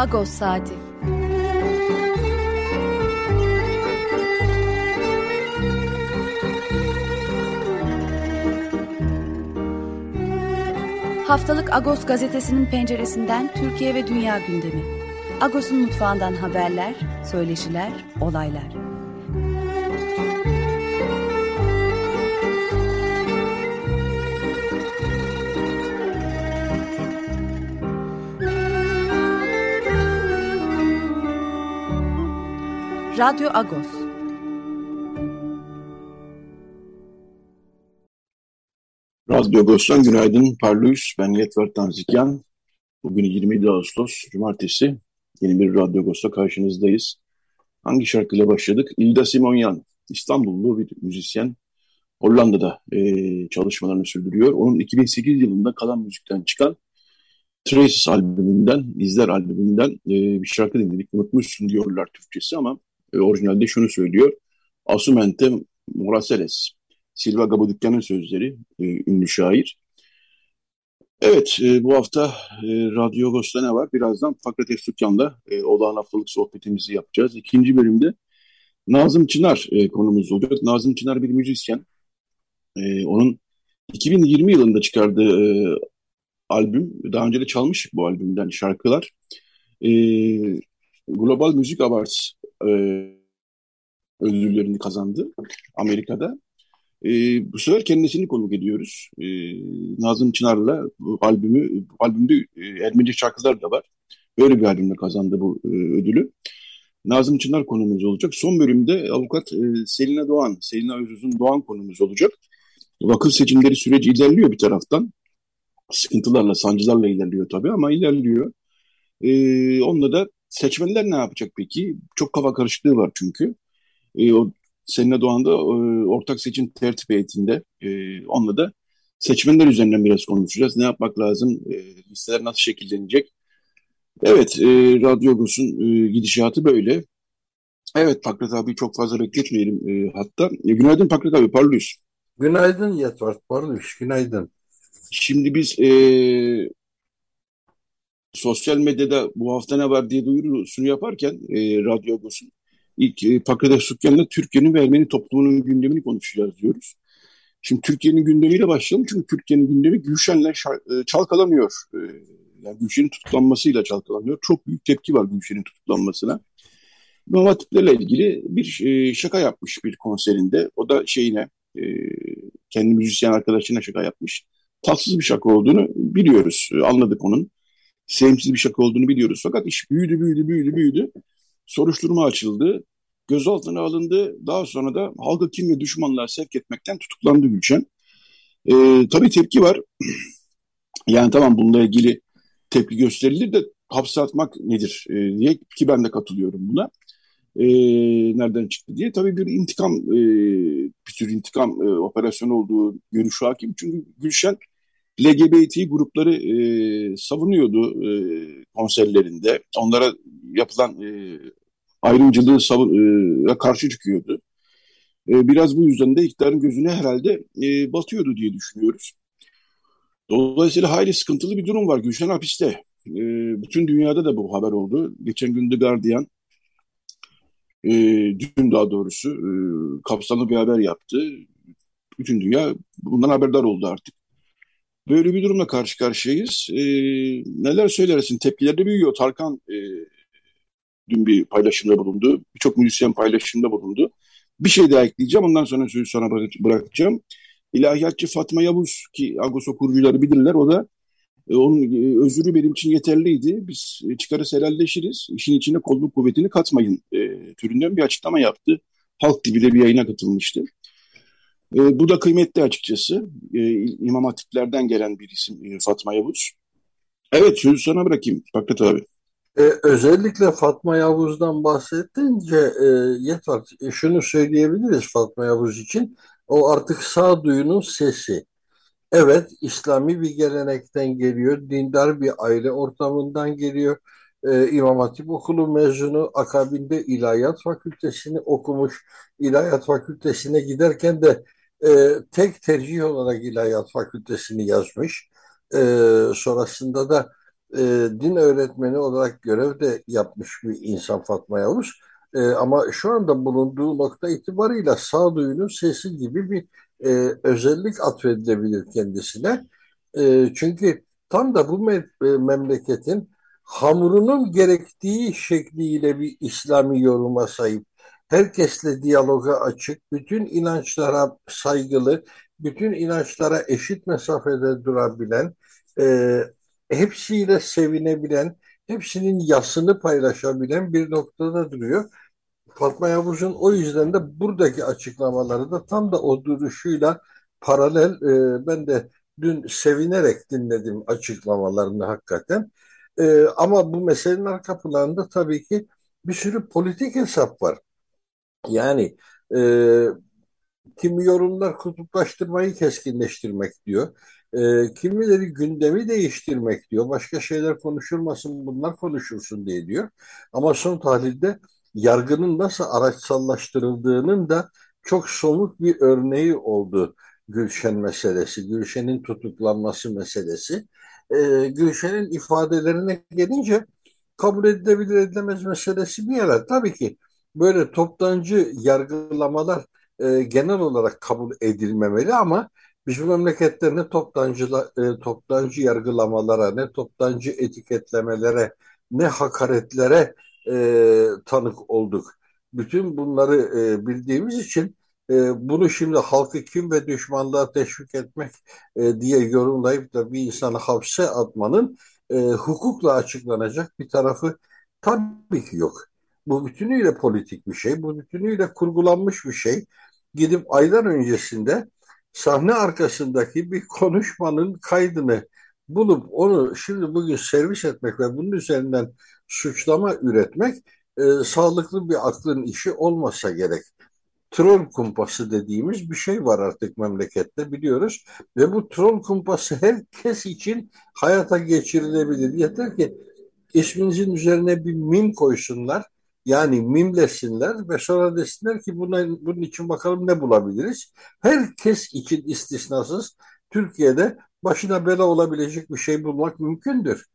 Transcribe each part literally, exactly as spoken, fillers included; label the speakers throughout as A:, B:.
A: Agos Saati. Haftalık Agos gazetesinin penceresinden Türkiye ve dünya gündemi. Agos'un mutfağından haberler, söyleşiler, olaylar. Radyo Agos.
B: Radyo Agos'tan günaydın. Parlıyız. Ben Yetvar Tanzikyan. Bugün yirmi yedi Ağustos, Cumartesi. Yeni bir Radyo Agos'ta karşınızdayız. Hangi şarkıyla başladık? Ilda Simonyan, İstanbullu bir müzisyen. Hollanda'da e, çalışmalarını sürdürüyor. Onun iki bin sekiz yılında Kalan Müzik'ten çıkan Traces albümünden, İzler albümünden e, bir şarkı dinledik. Unutmuşsun diyorlar Türkçesi ama e, orijinalde şunu söylüyor. Asumente Moraceles. Silva Gabudukyan'ın sözleri, e, ünlü şair. Evet, e, bu hafta e, Radyo Agos'ta ne var? Birazdan Fakret Efsukyan'la e, olağan haftalık sohbetimizi yapacağız. İkinci bölümde Nazım Çınar e, konumuz olacak. Nazım Çınar bir müzisyen. E, onun iki bin yirmi yılında çıkardığı e, albüm, daha önce de çalmış bu albümden şarkılar. E, Global Music Awards e, ödüllerini kazandı Amerika'da. E, bu sefer kendisini konuk ediyoruz. E, Nazım Çınar'la bu albümü, bu albümde e, Ermenice şarkılar da var. Böyle bir albümle kazandı bu e, ödülü. Nazım Çınar konumuz olacak. Son bölümde avukat e, Selina Doğan, Selina Özuz'un Doğan konumuz olacak. Vakıf seçimleri süreci ilerliyor bir taraftan. Sıkıntılarla, sancılarla ilerliyor tabii ama ilerliyor. E, onunla da seçmenler ne yapacak peki? Çok kafa karışıklığı var çünkü. E, o Selina Doğan'da e, ortak seçim tertip heyetinde. E, onunla da seçmenler üzerinden biraz konuşacağız. Ne yapmak lazım? E, listeler nasıl şekillenecek? Evet, e, Radyo Agos'un e, gidişatı böyle. Evet, Pakrat abi çok fazla bekletmeyelim e, hatta. E, günaydın Pakrat abi, parlıyoruz.
C: Günaydın Yetvar Barış, günaydın.
B: Şimdi biz e, sosyal medyada bu hafta ne var diye duyurusunu yaparken e, Radyo Agos'un ilk e, Pakrat Efsukyan'la Türkiye'nin ve Ermeni toplumunun gündemini konuşacağız diyoruz. Şimdi Türkiye'nin gündemiyle başlayalım çünkü Türkiye'nin gündemi Gülşen'le şar- e, çalkalanıyor. E, yani Gülşen'in tutuklanmasıyla çalkalanıyor. Çok büyük tepki var Gülşen'in tutuklanmasına. İmam Hatiplerle ilgili bir e, şaka yapmış bir konserinde. O da şeyine, e, kendi müzisyen arkadaşına şaka yapmış. Tatsız bir şaka olduğunu biliyoruz, e, anladık onun. Sevimsiz bir şaka olduğunu biliyoruz. Fakat iş büyüdü, büyüdü, büyüdü, büyüdü. Soruşturma açıldı. Gözaltına alındı. Daha sonra da halkı kin ve düşmanlığa sevk etmekten tutuklandı Gülşen. E, tabii tepki var. Yani tamam, bununla ilgili tepki gösterilir de hapse atmak nedir e, diye, ki ben de katılıyorum buna. E, nereden çıktı diye. Tabii bir intikam, e, bir tür intikam e, operasyonu olduğu görüşü hakim. Çünkü Gülşen L G B T grupları e, savunuyordu e, konserlerinde. Onlara yapılan e, ayrımcılığı savun, e, karşı çıkıyordu. E, biraz bu yüzden de iktidarın gözüne herhalde e, batıyordu diye düşünüyoruz. Dolayısıyla hayli sıkıntılı bir durum var. Gülşen hapiste. E, bütün dünyada da bu haber oldu. Geçen gün The Guardian, e, dün daha doğrusu e, kapsamlı bir haber yaptı. Bütün dünya bundan haberdar oldu artık. Böyle bir durumla karşı karşıyayız. E, neler söylersin? Tepkiler de büyüyor. Tarkan e, dün bir paylaşımda bulundu. Birçok müzisyen paylaşımda bulundu. Bir şey daha ekleyeceğim. Ondan sonra sözü sana bırakacağım. İlahiyatçı Fatma Yavuz, ki Agos kurucuları bilirler. O da e, onun e, özürü benim için yeterliydi. Biz e, çıkarız helalleşiriz. İşin içine kolluk kuvvetini katmayın e, türünden bir açıklama yaptı. Halk T V'de bir yayına katılmıştı. E, bu da kıymetli açıkçası. E, İmam Hatiplerden gelen bir isim e, Fatma Yavuz. Evet, sözü sana bırakayım Fakret abi.
C: Ee, özellikle Fatma Yavuz'dan bahsettince e, Yetvar, e, şunu söyleyebiliriz Fatma Yavuz için. O artık sağduyunun sesi. Evet, İslami bir gelenekten geliyor, dindar bir aile ortamından geliyor. Ee, İmam Hatip Okulu mezunu, akabinde İlahiyat Fakültesini okumuş. İlahiyat Fakültesine giderken de e, tek tercih olarak İlahiyat Fakültesini yazmış. Ee, sonrasında da e, din öğretmeni olarak görev de yapmış bir insan Fatma Yavuz. E, ama şu anda bulunduğu nokta itibarıyla sağduyunun sesi gibi bir e, özellik atfedilebilir kendisine. E, çünkü tam da bu me- e, memleketin hamurunun gerektiği şekliyle bir İslami yoruma sahip, herkesle diyaloga açık, bütün inançlara saygılı, bütün inançlara eşit mesafede durabilen, e, hepsiyle sevinebilen, hepsinin yasını paylaşabilen bir noktada duruyor. Fatma Yavuz'un o yüzden de buradaki açıklamaları da tam da o duruşuyla paralel. E, ben de dün sevinerek dinledim açıklamalarını hakikaten. E, ama bu meselenin arka planında tabii ki bir sürü politik hesap var. Yani e, kimi yorumlar kutuplaştırmayı keskinleştirmek diyor. E, kimileri gündemi değiştirmek diyor. Başka şeyler konuşulmasın, bunlar konuşulsun diye diyor. Ama son tahlilde yargının nasıl araçsallaştırıldığının da çok somut bir örneği oldu Gülşen meselesi, Gülşen'in tutuklanması meselesi. E, Gülşen'in ifadelerine gelince kabul edilebilir edilemez meselesi bir yana. Tabii ki böyle toptancı yargılamalar e, genel olarak kabul edilmemeli ama biz bu memlekette ne toptancı, e, toptancı yargılamalara, ne toptancı etiketlemelere, ne hakaretlere e, tanık olduk. Bütün bunları e, bildiğimiz için e, bunu şimdi halkı kim ve düşmanlığa teşvik etmek e, diye yorumlayıp da bir insanı hapse atmanın e, hukukla açıklanacak bir tarafı tabii ki yok. Bu bütünüyle politik bir şey, bu bütünüyle kurgulanmış bir şey. Gidip aylar öncesinde sahne arkasındaki bir konuşmanın kaydını bulup onu şimdi bugün servis etmek ve bunun üzerinden suçlama üretmek e, sağlıklı bir aklın işi olmasa gerek. Troll kumpası dediğimiz bir şey var artık memlekette biliyoruz ve bu troll kumpası herkes için hayata geçirilebilir. Yeter ki isminizin üzerine bir mim koysunlar. Yani mimlesinler ve sonra desinler ki buna, bunun için bakalım ne bulabiliriz. Herkes için istisnasız Türkiye'de başına bela olabilecek bir şey bulmak mümkündür.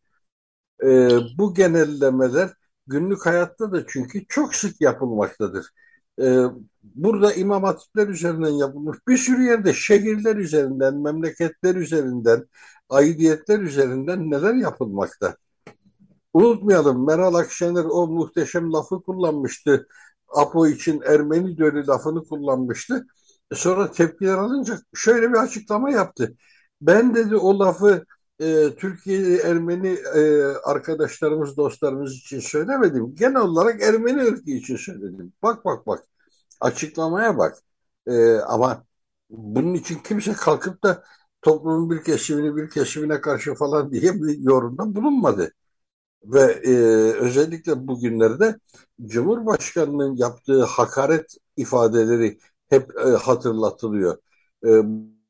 C: Ee, bu genellemeler günlük hayatta da çünkü çok sık yapılmaktadır. Ee, Burada imam hatipler üzerinden yapılmış, bir sürü yerde şehirler üzerinden, memleketler üzerinden, aidiyetler üzerinden neler yapılmakta. Unutmayalım, Meral Akşener o muhteşem lafı kullanmıştı. Apo için Ermeni dölü lafını kullanmıştı. E, Sonra tepkiler alınca şöyle bir açıklama yaptı. Ben dedi o lafı e, Türkiye'li Ermeni e, arkadaşlarımız, dostlarımız için söylemedim. Genel olarak Ermeni ırkı için söyledim. Bak bak bak, açıklamaya bak. E, ama bunun için kimse kalkıp da toplumun bir kesimini bir kesimine karşı falan diye bir yorumda bulunmadı. Ve e, özellikle bugünlerde Cumhurbaşkanı'nın yaptığı hakaret ifadeleri hep e, hatırlatılıyor. E,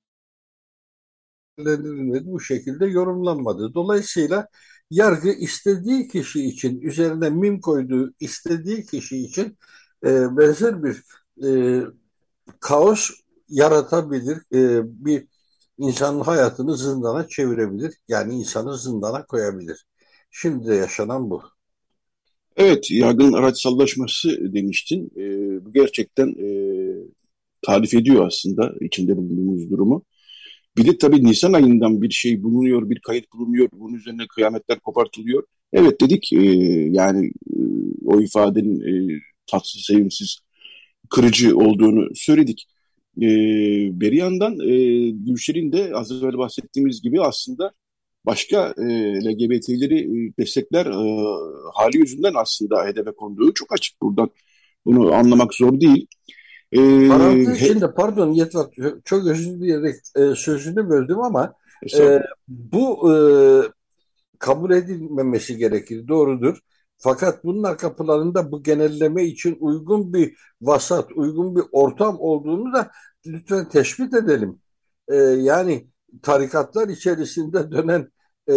C: Bu şekilde yorumlanmadı. Dolayısıyla yargı istediği kişi için, üzerine mim koyduğu istediği kişi için e, benzer bir e, kaos yaratabilir. E, bir insanın hayatını zindana çevirebilir. Yani insanı zindana koyabilir. Şimdi de yaşanan bu.
B: Evet, yargının araçsallaşması demiştin. E, bu gerçekten e, tarif ediyor aslında içinde bulunduğumuz durumu. Bir de tabii Nisan ayından bir şey bulunuyor, bir kayıt bulunuyor, bunun üzerine kıyametler kopartılıyor. Evet dedik, e, yani e, o ifadenin e, tatsız, sevimsiz, kırıcı olduğunu söyledik. E, Bir yandan e, Gülşen'in de az evvel bahsettiğimiz gibi aslında başka e, L G B T'leri e, destekler e, hali yüzünden aslında hedefe konduğu çok açık buradan. Bunu anlamak zor değil. E,
C: Parantez
B: he,
C: içinde pardon Yetvar, çok özür dileyerek e, sözünü böldüm ama e,
B: Estağfurullah.
C: bu e, kabul edilmemesi gerekir, doğrudur. Fakat bunun arka planında bu genelleme için uygun bir vasat, uygun bir ortam olduğunu da lütfen tespit edelim. E, yani tarikatlar içerisinde dönen e,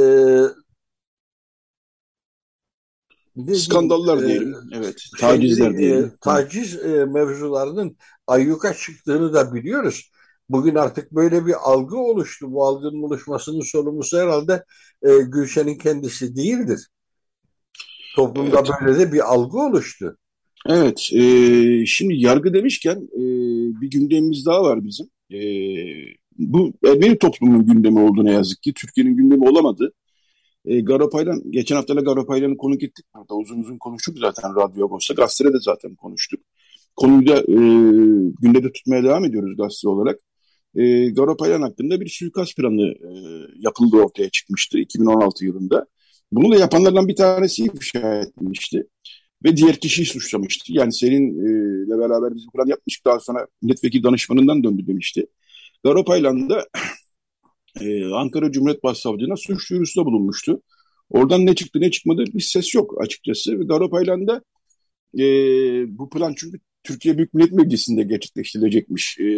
C: ne diyeyim,
B: Skandallar
C: e,
B: diyelim. Evet. Tacizler
C: şeyleri, e,
B: diyelim. Hı.
C: taciz e, mevzularının ayyuka çıktığını da biliyoruz. Bugün artık böyle bir algı oluştu. Bu algının oluşmasının sorumlusu herhalde e, Gülşen'in kendisi değildir. Toplumda
B: Evet,
C: böyle de bir algı oluştu.
B: evet. Ee, şimdi yargı demişken e, bir gündemimiz daha var bizim. Ee, bu Ermeni toplumunun gündemi oldu ne yazık ki. Türkiye'nin gündemi olamadı. E, Garopaylan, geçen hafta da Garopaylan'ı konuk ettik. Burada uzun uzun konuştuk zaten Radyo Agos'ta. Gazetede de zaten konuştuk. Konuyu da e, gündemde tutmaya devam ediyoruz gazete olarak. E, Garopaylan hakkında bir suikast planı e, yapıldığı ortaya çıkmıştı iki bin on altı yılında. Bunu da yapanlardan bir tanesi ifşa etmişti. Ve diğer kişiyi suçlamıştı. Yani seninle beraber biz bu plan yapmıştık. Daha sonra milletvekili danışmanından döndü demişti. Garopaylan da e, Ankara Cumhuriyet Başsavcılığına suç duyurusunda bulunmuştu. Oradan ne çıktı ne çıkmadı bir ses yok açıkçası. Ve Garopaylan'da e, bu plan çünkü Türkiye Büyük Millet Meclisi'nde gerçekleştirilecekmiş e,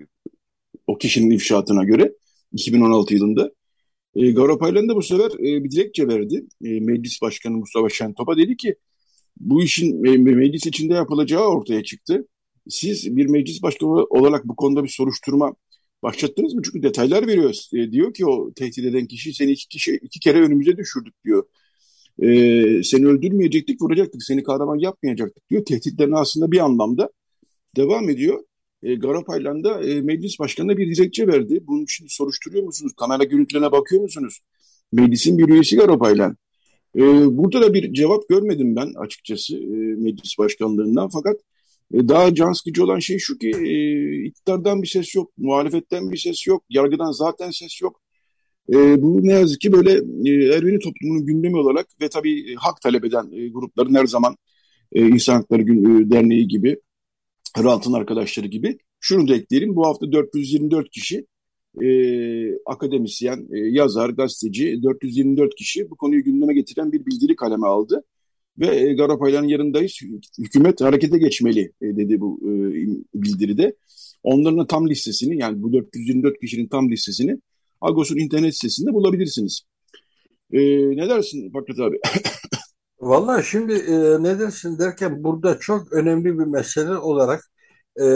B: o kişinin ifşaatına göre iki bin on altı yılında. E, Garopaylan da bu sefer e, bir dilekçe verdi. E, Meclis Başkanı Mustafa Şentop'a dedi ki bu işin e, meclis içinde yapılacağı ortaya çıktı. Siz bir meclis başkanı olarak bu konuda bir soruşturma başlattınız mı? Çünkü detaylar veriyor. E, diyor ki o tehdit eden kişi seni iki, kişi, iki kere önümüze düşürdük diyor. E, seni öldürmeyecektik, vuracaktık. Seni kahraman yapmayacaktık diyor. Tehditlerini aslında bir anlamda devam ediyor. E, Garopaylan da e, meclis başkanına bir dilekçe verdi. Bunun için soruşturuyor musunuz? Kamera görüntülerine bakıyor musunuz? Meclisin bir üyesi Garopaylan. E, burada da bir cevap görmedim ben açıkçası e, meclis başkanlığından. Fakat e, daha can sıkıcı olan şey şu ki e, iktidardan bir ses yok, muhalefetten bir ses yok, yargıdan zaten ses yok. E, bu ne yazık ki böyle e, Ermeni toplumunun gündemi olarak ve tabii e, hak talep eden e, grupların her zaman e, İnsan Hakları Gün, e, Derneği gibi, Hrant'ın arkadaşları gibi. Şunu da ekleyelim, bu hafta dört yüz yirmi dört kişi e, akademisyen, e, yazar, gazeteci dört yüz yirmi dört kişi bu konuyu gündeme getiren bir bildiri kaleme aldı. Ve e, Garopaylan'ın yanındayız. Hükümet harekete geçmeli e, dedi bu e, bildiride. Onların tam listesini yani bu dört yüz yirmi dört kişinin tam listesini Agos'un internet sitesinde bulabilirsiniz. E, ne dersin Fakret abi?
C: Vallahi şimdi e, ne dersin derken burada çok önemli bir mesele olarak e,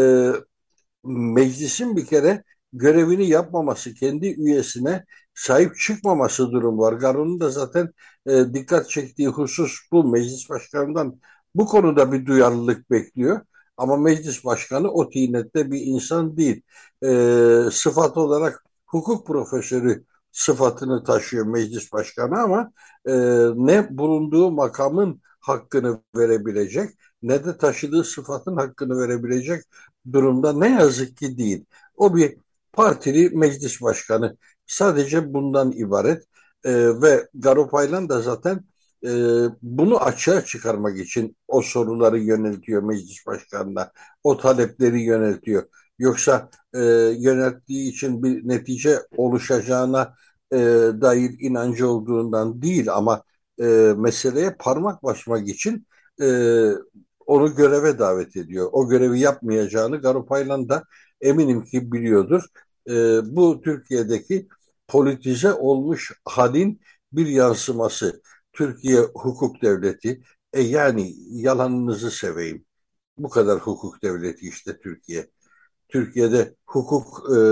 C: meclisin bir kere görevini yapmaması, kendi üyesine sahip çıkmaması durum var. Garo'nun da zaten e, dikkat çektiği husus bu. Meclis başkanından bu konuda bir duyarlılık bekliyor. Ama meclis başkanı o tinette bir insan değil. E, sıfat olarak hukuk profesörü sıfatını taşıyor meclis başkanı ama e, ne bulunduğu makamın hakkını verebilecek ne de taşıdığı sıfatın hakkını verebilecek durumda ne yazık ki değil. O bir partili meclis başkanı. Sadece bundan ibaret. Ee, ve Garopaylan da zaten e, bunu açığa çıkarmak için o soruları yöneltiyor meclis başkanına. O talepleri yöneltiyor. Yoksa e, yönelttiği için bir netice oluşacağına e, dair inancı olduğundan değil ama e, meseleye parmak basmak için e, onu göreve davet ediyor. O görevi yapmayacağını Garopaylan da eminim ki biliyordur. E, bu Türkiye'deki politize olmuş halin bir yansıması. Türkiye hukuk devleti. E yani yalanınızı seveyim. Bu kadar hukuk devleti işte Türkiye. Türkiye'de hukuk e,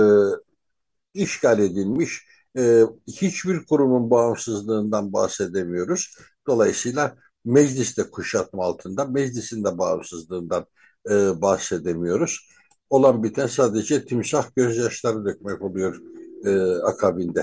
C: işgal edilmiş. E, hiçbir kurumun bağımsızlığından bahsedemiyoruz. Dolayısıyla meclis de kuşatma altında, meclisin de bağımsızlığından e, bahsedemiyoruz. Olan biten sadece timsah gözyaşları dökmek oluyor e, akabinde.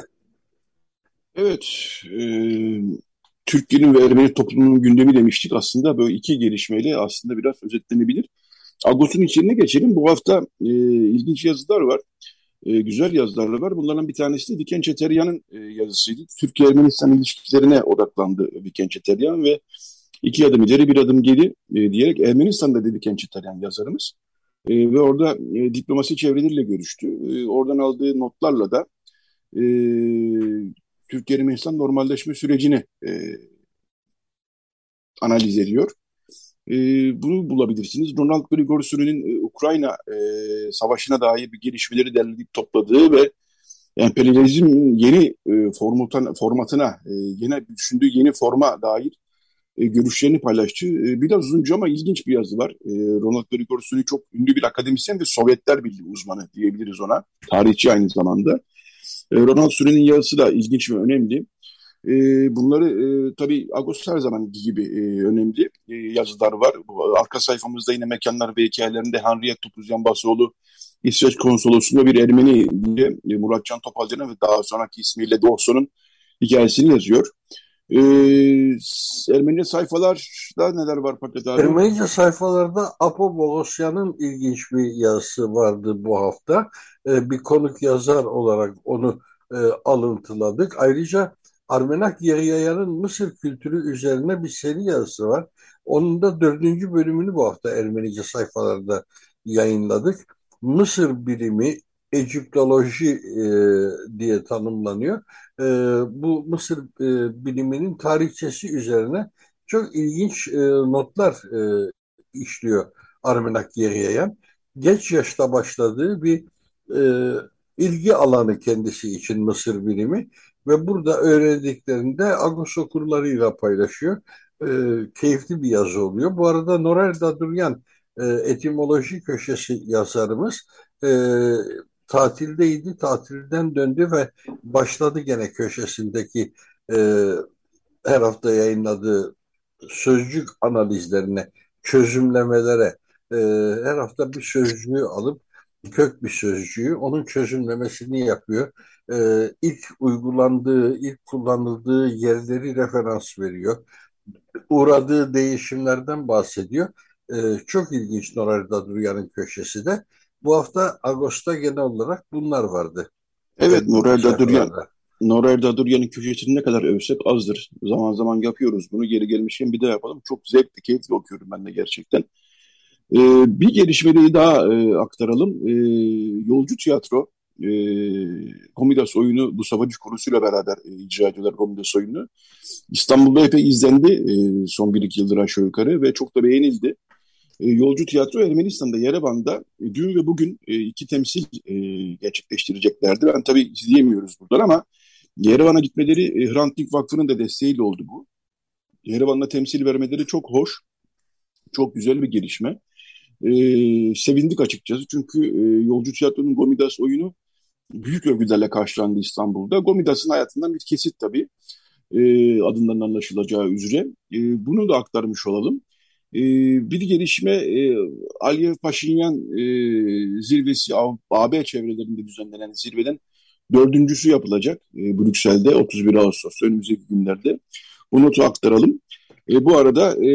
B: Evet, e, Türkiye'nin ve Ermeni toplumunun gündemi demiştik. Aslında böyle iki gelişmeyle aslında biraz özetlenebilir. Agos'un içine geçelim. Bu hafta e, ilginç yazılar var. E, güzel yazılar var. Bunlardan bir tanesi de Viken Çeteryan'ın e, yazısıydı. Türkiye-Ermenistan ilişkilerine odaklandı Viken Çeteryan ve iki adım ileri bir adım geri e, diyerek Ermenistan'da dedi Viken Çeteryan yazarımız. E, ve orada e, diplomasi çevreleriyle görüştü. E, oradan aldığı notlarla da e, Türkiye-Ermenistan normalleşme sürecini e, analiz ediyor. E, bunu bulabilirsiniz. Ronald Grigorsu'nun e, Ukrayna e, savaşına dair bir gelişmeleri derleyip topladığı ve emperyalizmin yeni e, formatına, formatına e, yeni düşündüğü yeni forma dair e, görüşlerini paylaştığı e, biraz uzunca ama ilginç bir yazı var. E, Ronald Grigorsu'yu çok ünlü bir akademisyen ve Sovyetler Birliği uzmanı diyebiliriz ona. Tarihçi aynı zamanda. E, Ronald Suri'nin yazısı da ilginç ve önemli. E, bunları e, tabii Agos her zaman gibi e, önemli e, yazılar var. Bu, arka sayfamızda yine Mekanlar ve Hikayelerinde Henriette Topuzyan Basoğlu İsveç Konsolosluğu'nda bir Ermeni diye e, Muratcan Topalcan'ın ve daha sonraki ismiyle Doğso'nun hikayesini yazıyor. E, Ermeni sayfalarda neler var Paket abi?
C: Ermenice sayfalarda Apo Bogosyan'ın ilginç bir yazısı vardı bu hafta. Ee, bir konuk yazar olarak onu e, alıntıladık. Ayrıca Armenak Yeryayan'ın Mısır kültürü üzerine bir seri yazısı var. Onun da dördüncü bölümünü bu hafta Ermenice sayfalarda yayınladık. Mısır bilimi Egiptoloji e, diye tanımlanıyor. E, bu Mısır e, biliminin tarihçesi üzerine çok ilginç e, notlar e, işliyor Armenak Yeriyeyen. Geç yaşta başladığı bir e, ilgi alanı kendisi için Mısır bilimi ve burada öğrendiklerini de Agos okurlarıyla paylaşıyor. E, keyifli bir yazı oluyor. Bu arada Norer Daduryan e, etimoloji köşesi yazarımız e, tatildeydi. Tatilden döndü ve başladı gene köşesindeki e, her hafta yayınladığı sözcük analizlerine, çözümlemelere e, her hafta bir sözcüğü alıp kök bir sözcüğü onun çözümlemesini yapıyor. E, ilk uygulandığı, ilk kullanıldığı yerleri referans veriyor. Uğradığı değişimlerden bahsediyor. E, çok ilginç Noray Daduryan'ın köşesi de. Bu hafta Ağustos'ta genel olarak bunlar vardı.
B: Evet,
C: Ermenice
B: Norer Daduryan,
C: sayfalarda.
B: Norer Daduryan'ın köşesini ne kadar övsek azdır. Zaman zaman yapıyoruz bunu. Geri gelmişken bir daha yapalım. Çok zevkli, keyifli okuyorum ben de gerçekten. Ee, bir gelişmeyi daha e, aktaralım. Ee, Yolcu Tiyatro, e, Komidas oyunu bu Savaş Korusu'yla beraber e, icra ediyorlar Komidas oyunu. İstanbul'da epey izlendi e, son bir iki yıldır aşağı yukarı ve çok da beğenildi. E, Yolcu Tiyatro Ermenistan'da Yerevan'da e, dün ve bugün e, iki temsil e, gerçekleştireceklerdi. Ben tabii izleyemiyoruz buradan ama Yerevan'a gitmeleri e, Hrant Dink Vakfı'nın da desteğiyle oldu bu. Yerevan'da temsil vermeleri çok hoş, çok güzel bir gelişme. E, sevindik açıkçası çünkü e, Yolcu Tiyatro'nun Gomidas oyunu büyük övgülerle karşılandı İstanbul'da. Gomidas'ın hayatından bir kesit tabii e, adından anlaşılacağı üzere. E, bunu da aktarmış olalım. E, bir gelişme e, Aliyev Paşinyan e, zirvesi A B çevrelerinde düzenlenen zirveden dördüncüsü yapılacak e, Brüksel'de otuz bir Ağustos önümüzdeki günlerde. Bu notu aktaralım. E, bu arada e,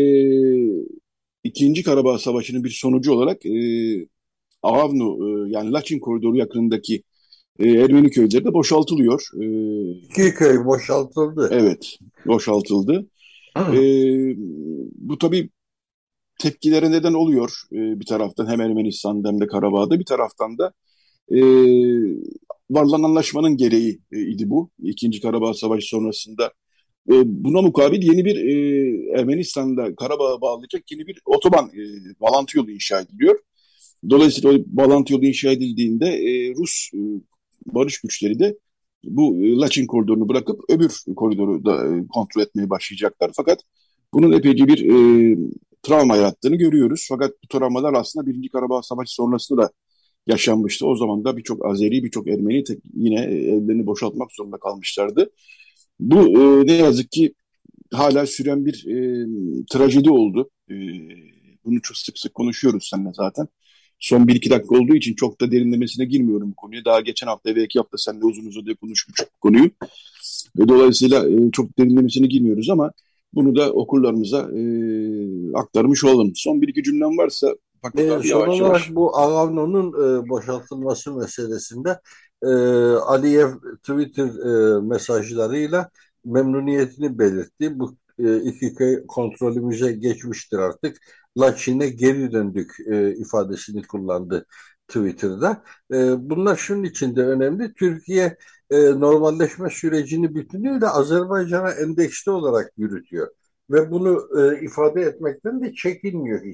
B: İkinci Karabağ Savaşı'nın bir sonucu olarak e, Ağavnu e, yani Laçin koridoru yakınındaki e, Ermeni köyleri de boşaltılıyor. E,
C: İki köy boşaltıldı.
B: evet, boşaltıldı. E, bu tabii tepkilere neden oluyor e, bir taraftan hem Ermenistan'da hem de Karabağ'da bir taraftan da e, varılan anlaşmanın gereği e, idi bu. İkinci Karabağ Savaşı sonrasında e, buna mukabil yeni bir e, Ermenistan'da Karabağ'a bağlayacak yeni bir otoban e, bağlantı yolu inşa ediliyor. Dolayısıyla o bağlantı yolu inşa edildiğinde e, Rus e, barış güçleri de bu e, Laçin koridorunu bırakıp öbür koridoru da e, kontrol etmeye başlayacaklar. Fakat bunun epeyce bir e, travma yarattığını görüyoruz. Fakat bu travmalar aslında Birinci Karabağ Savaşı sonrasında da yaşanmıştı. O zaman da birçok Azeri, birçok Ermeni tek, yine evlerini boşaltmak zorunda kalmışlardı. Bu e, ne yazık ki hala süren bir e, trajedi oldu. E, bunu çok sık sık konuşuyoruz seninle zaten. Son bir iki dakika olduğu için çok da derinlemesine girmiyorum bu konuya. Daha geçen hafta ve iki hafta seninle uzun uzun diye konuşmuştuk bu konuyu. Ve dolayısıyla e, çok derinlemesine girmiyoruz ama bunu da okurlarımıza e, aktarmış olalım. Son bir iki cümlem varsa Paket
C: E,
B: abi
C: son
B: yavaş
C: olarak
B: yavaş.
C: bu Agavno'nun e, boşaltılması meselesinde e, Aliyev Twitter e, mesajlarıyla memnuniyetini belirtti. Bu e, iki köy kontrolümüze geçmiştir artık. Laçin'e geri döndük e, ifadesini kullandı Twitter'da. E, bunlar şunun için de önemli. Türkiye e, normalleşme sürecini bütünüyle Azerbaycan'a endeksli olarak yürütüyor. Ve bunu e, ifade etmekten de çekinmiyor hiç.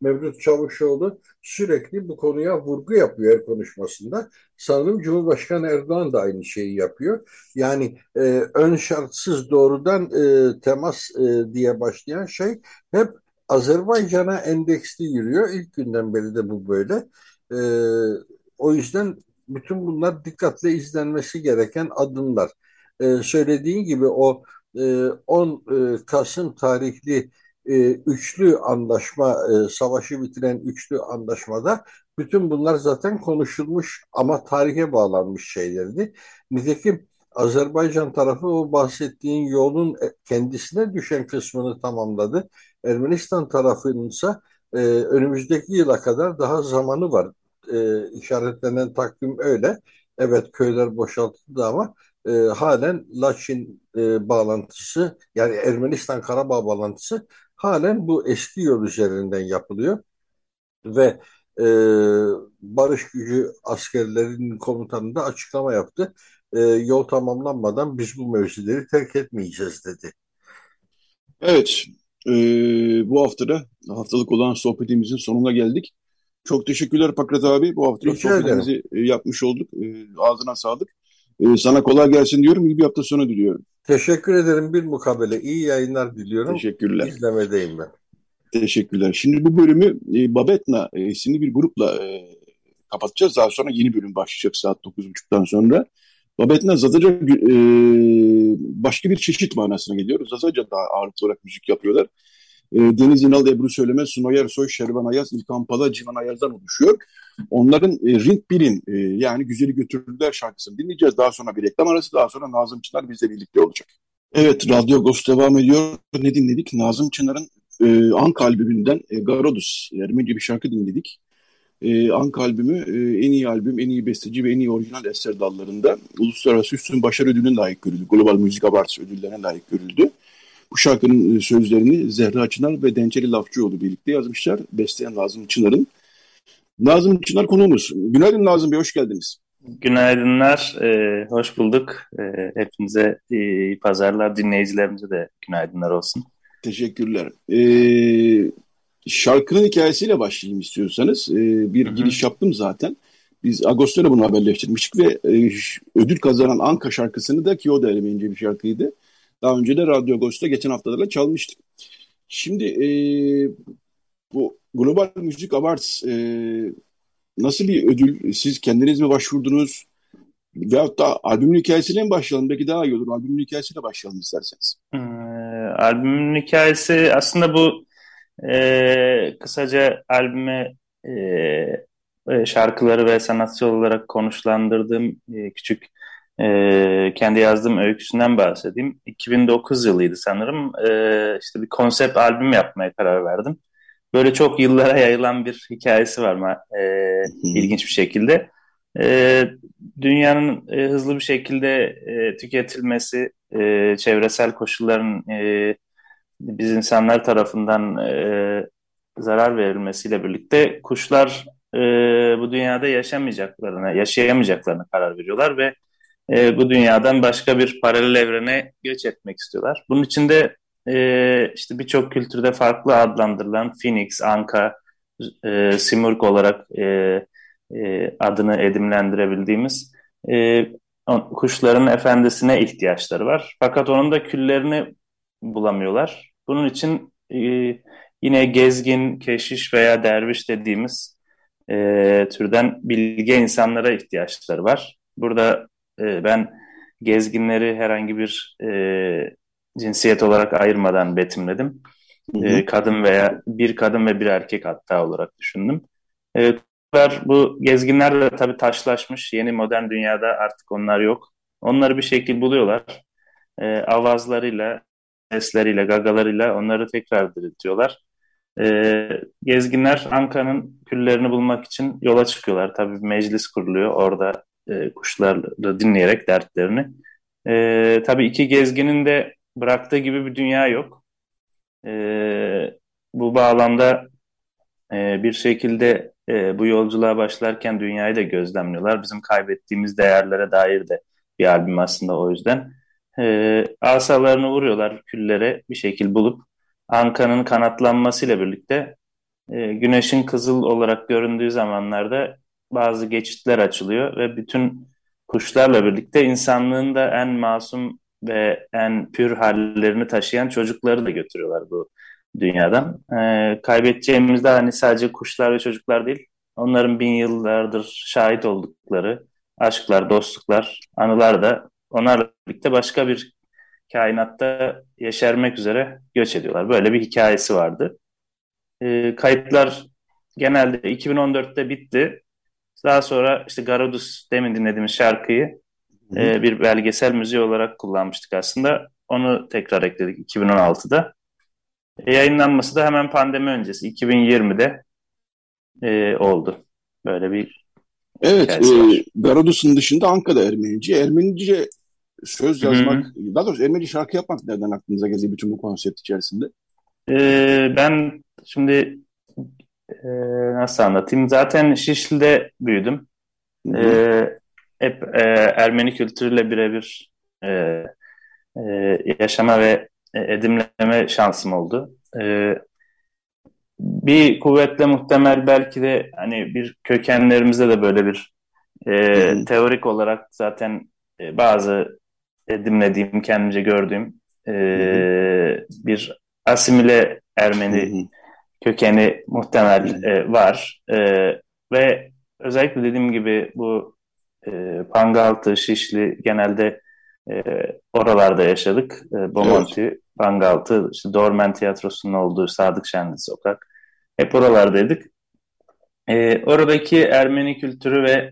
C: Mevlüt Çavuşoğlu sürekli bu konuya vurgu yapıyor her konuşmasında. Sanırım Cumhurbaşkanı Erdoğan da aynı şeyi yapıyor. Yani e, ön şartsız doğrudan e, temas e, diye başlayan şey hep Azerbaycan'a endeksli yürüyor. İlk günden beri de bu böyle. E, O yüzden bütün bunlar dikkatle izlenmesi gereken adımlar. E, söylediğin gibi o e, on e, Kasım tarihli e, üçlü anlaşma, e, savaşı bitiren üçlü anlaşmada bütün bunlar zaten konuşulmuş ama tarihe bağlanmış şeylerdi. Nitekim Azerbaycan tarafı o bahsettiğin yolun e, kendisine düşen kısmını tamamladı. Ermenistan tarafının ise e, önümüzdeki yıla kadar daha zamanı var. E, işaretlenen takvim öyle. Evet, köyler boşaltıldı ama e, halen Laçin e, bağlantısı, yani Ermenistan-Karabağ bağlantısı halen bu eski yol üzerinden yapılıyor ve e, barış gücü askerlerinin komutanı da açıklama yaptı. E, yol tamamlanmadan biz bu mevzileri terk etmeyeceğiz dedi.
B: Evet, e, bu haftada haftalık olan sohbetimizin sonuna geldik. Çok teşekkürler Pakrat abi. Bu hafta
C: Rica ederim.
B: sohbetimizi e, yapmış olduk. E, ağzına sağlık. E, sana kolay gelsin diyorum. İyi bir hafta sonu diliyorum.
C: Teşekkür ederim, bir mukabele. İyi yayınlar diliyorum.
B: Teşekkürler.
C: İzlemedeyim ben.
B: Teşekkürler. Şimdi bu bölümü e, Babetna e, isimli bir grupla e, kapatacağız. Daha sonra yeni bölüm başlayacak saat dokuz buçuktan sonra. Babetna Zazaca e, başka bir çeşit manasına geliyor. Zazaca daha ağırlıklı olarak müzik yapıyorlar. E, Deniz İnal, Ebru Söyleme, Sunay Ersoy, Şervan Ayaz, İlkan Pala, Civan Ayaz'dan oluşuyor. Onların e, Ring Bir'in e, yani Güzeli Götürdüler şarkısını dinleyeceğiz. Daha sonra bir reklam arası, daha sonra Nazım Çınar bizle birlikte olacak. Evet, Radyo Agos devam ediyor. Ne dinledik? Nazım Çınar'ın e, Anka albümünden e, Garodus, Ermenice bir şarkı dinledik. E, Anka albümü e, en iyi albüm, en iyi besteci ve en iyi orijinal eser dallarında Uluslararası Üstün Başarı Ödülü'ne layık görüldü. Global Music Awards ödüllerine layık görüldü. Bu şarkının sözlerini Zehra Çınar ve Dençeli Lafçıoğlu birlikte yazmışlar. Besteyen Nazım Çınar'ın. Nazım Çınar konuğumuz. Günaydın Nazım Bey, hoş geldiniz.
D: Günaydınlar, e, hoş bulduk. E, hepinize iyi pazarlar, dinleyicilerimize de günaydınlar olsun.
B: Teşekkürler. Ee, şarkının hikayesiyle başlayayım istiyorsanız. Ee, bir
D: Hı hı.
B: giriş yaptım zaten. Biz Ağustos'ta bunu haberleştirmiştik ve e, ödül kazanan Anka şarkısını da, ki o da Ermenice bir şarkıydı, daha önce de Radyo Agos'ta geçen haftalarla çalmıştık. Şimdi e, bu Global Music Awards e, nasıl bir ödül? Siz kendiniz mi başvurdunuz? Veyahut da albümün hikayesiyle mi başlayalım? Belki daha iyi olur. Albümün hikayesiyle başlayalım isterseniz.
D: E, albümün hikayesi aslında bu e, kısaca albüme e, e, şarkıları ve sanatçı olarak konuşlandırdığım e, küçük e, kendi yazdığım öyküsünden bahsedeyim. iki bin dokuz yılıydı sanırım. E, işte bir konsept albüm yapmaya karar verdim. Böyle çok yıllara yayılan bir hikayesi var ama e, ilginç bir şekilde. E, Dünyanın e, hızlı bir şekilde e, tüketilmesi, e, çevresel koşulların e, biz insanlar tarafından e, zarar verilmesiyle birlikte kuşlar e, bu dünyada yaşamayacaklarına, yaşayamayacaklarına karar veriyorlar ve e, bu dünyadan başka bir paralel evrene göç etmek istiyorlar. Bunun için de e, işte birçok kültürde farklı adlandırılan Phoenix, Anka, e, Simurg olarak e, e, adını edimlendirebildiğimiz e, kuşların efendisine ihtiyaçları var. Fakat onun da küllerini bulamıyorlar. Bunun için e, yine gezgin, keşiş veya derviş dediğimiz e, türden bilge insanlara ihtiyaçları var. Burada e, ben gezginleri herhangi bir e, cinsiyet olarak ayırmadan betimledim.
B: Hı hı.
D: E, kadın veya bir kadın ve bir erkek hatta olarak düşündüm. E, bu gezginler de tabii taşlaşmış. Yeni modern dünyada artık onlar yok. Onları bir şekil buluyorlar. E, avazlarıyla, sesleriyle, gagalarıyla onları tekrar diriltiyorlar. E, gezginler Anka'nın küllerini bulmak için yola çıkıyorlar. Tabii bir meclis kuruluyor. Orada e, kuşları dinleyerek dertlerini. E, tabii iki gezginin de bıraktığı gibi bir dünya yok. E, Bu bağlamda e, bir şekilde e, bu yolculuğa başlarken dünyayı da gözlemliyorlar. Bizim kaybettiğimiz değerlere dair de bir albüm aslında o yüzden. E, asalarını vuruyorlar küllere bir şekil bulup Anka'nın kanatlanmasıyla birlikte e, güneşin kızıl olarak göründüğü zamanlarda bazı geçitler açılıyor ve bütün kuşlarla birlikte insanlığın da en masum ve en pür hallerini taşıyan çocukları da götürüyorlar bu dünyadan. E, kaybedeceğimiz de hani sadece kuşlar ve çocuklar değil, onların bin yıllardır şahit oldukları aşklar, dostluklar, anılar da onlarla birlikte başka bir kainatta yeşermek üzere göç ediyorlar. Böyle bir hikayesi vardı. E, kayıtlar genelde iki bin on dörtte bitti. Daha sonra işte Garodus, demin dinlediğimiz şarkıyı
B: Hı hı.
D: e, bir belgesel müziği olarak kullanmıştık aslında. Onu tekrar ekledik iki bin on altıda. E, yayınlanması da hemen pandemi öncesi iki bin yirmide e, oldu. Böyle bir
B: Evet,
D: hikayesi var.
B: e, Garodos'un dışında Anka'da Ermenice. Ermenice söz
D: Hı
B: yazmak,
D: hı.
B: daha doğrusu Ermenice şarkı yapmak nereden aklınıza geldi bütün bu konsept içerisinde?
D: E, ben şimdi e, nasıl anlatayım? Zaten Şişli'de büyüdüm.
B: Hı hı.
D: E, hep e, Ermeni kültürüyle birebir e, e, yaşama ve e, edimleme şansım oldu. E, bir kuvvetle muhtemel belki de hani bir kökenlerimizde de böyle bir
B: Hı
D: e,
B: hı.
D: teorik olarak zaten e, bazı edimlediğim, kendimce gördüğüm e,
B: Hı hı.
D: bir asimile
B: Hı
D: Ermeni
B: hı.
D: kökeni
B: Hı
D: muhtemel
B: hı.
D: e, var. E, ve özellikle dediğim gibi bu e, Pangaltı, Şişli genelde e, oralarda yaşadık. E,
B: Evet.
D: Bomonti, Pangaltı, işte Dormen Tiyatrosu'nun olduğu Sadık Şenli Sokak. Hep oralardaydık. E, oradaki Ermeni kültürü ve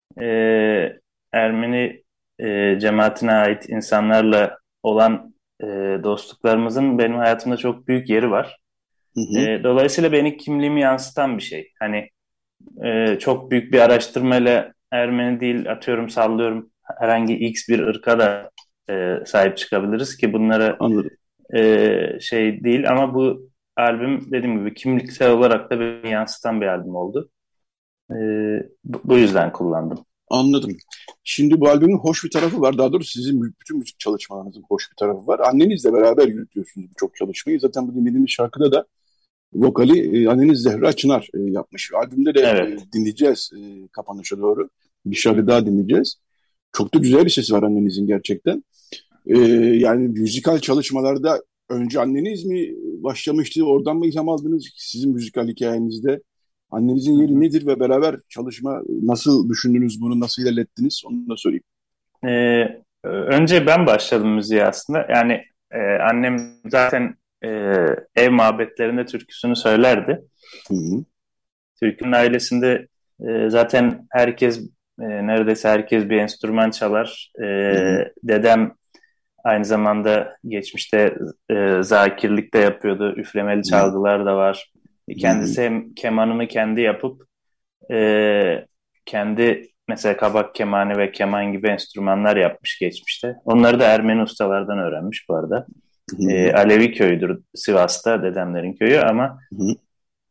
D: e, Ermeni e, cemaatine ait insanlarla olan e, dostluklarımızın benim hayatımda çok büyük yeri var.
B: Hı hı.
D: E, dolayısıyla beni kimliğimi yansıtan bir şey. Hani e, çok büyük bir araştırmayla Ermeni değil, atıyorum sallıyorum herhangi X bir ırka da e, sahip çıkabiliriz ki bunlara
B: Anladım.
D: e, şey değil, ama bu albüm dediğim gibi kimliksel olarak da beni yansıtan bir albüm oldu. E, bu, bu yüzden kullandım.
B: Anladım. Şimdi bu albümün hoş bir tarafı var. Daha doğrusu sizin mü- bütün müzik çalışmalarınızın hoş bir tarafı var. Annenizle beraber yürütüyorsunuz birçok çalışmayı. Zaten bu dinlediğimiz şarkıda da vokali e, anneniz Zehra Çınar e, yapmış. Albümde de
D: Evet.
B: e, dinleyeceğiz e, kapanışa doğru. Bir şarkı daha dinleyeceğiz. Çok da güzel bir sesi var annenizin gerçekten. E, yani müzikal çalışmalarda önce anneniz mi başlamıştı, oradan mı ilham aldınız sizin müzikal hikayenizde? Annenizin
D: Hı
B: yeri
D: hı.
B: nedir ve beraber çalışma nasıl düşündünüz, bunu nasıl ilerlettiniz? Onu da sorayım.
D: E, önce ben başladım müziğe aslında. Yani e, annem zaten e, ev mabetlerinde türküsünü söylerdi.
B: Hı hı.
D: Türk'ün ailesinde e, zaten herkes e, neredeyse herkes bir enstrüman çalar. E,
B: Hı hı.
D: dedem aynı zamanda geçmişte e, zakirlik de yapıyordu. Üflemeli
B: Hı hı.
D: çalgılar da var. E,
B: Hı hı.
D: kendisi hem kemanını kendi yapıp e, kendi mesela kabak kemanı ve keman gibi enstrümanlar yapmış geçmişte. Onları da Ermeni ustalardan öğrenmiş bu arada.
B: Hı
D: E,
B: hı.
D: Alevi köyüdür Sivas'ta dedemlerin köyü, ama
B: Hı hı.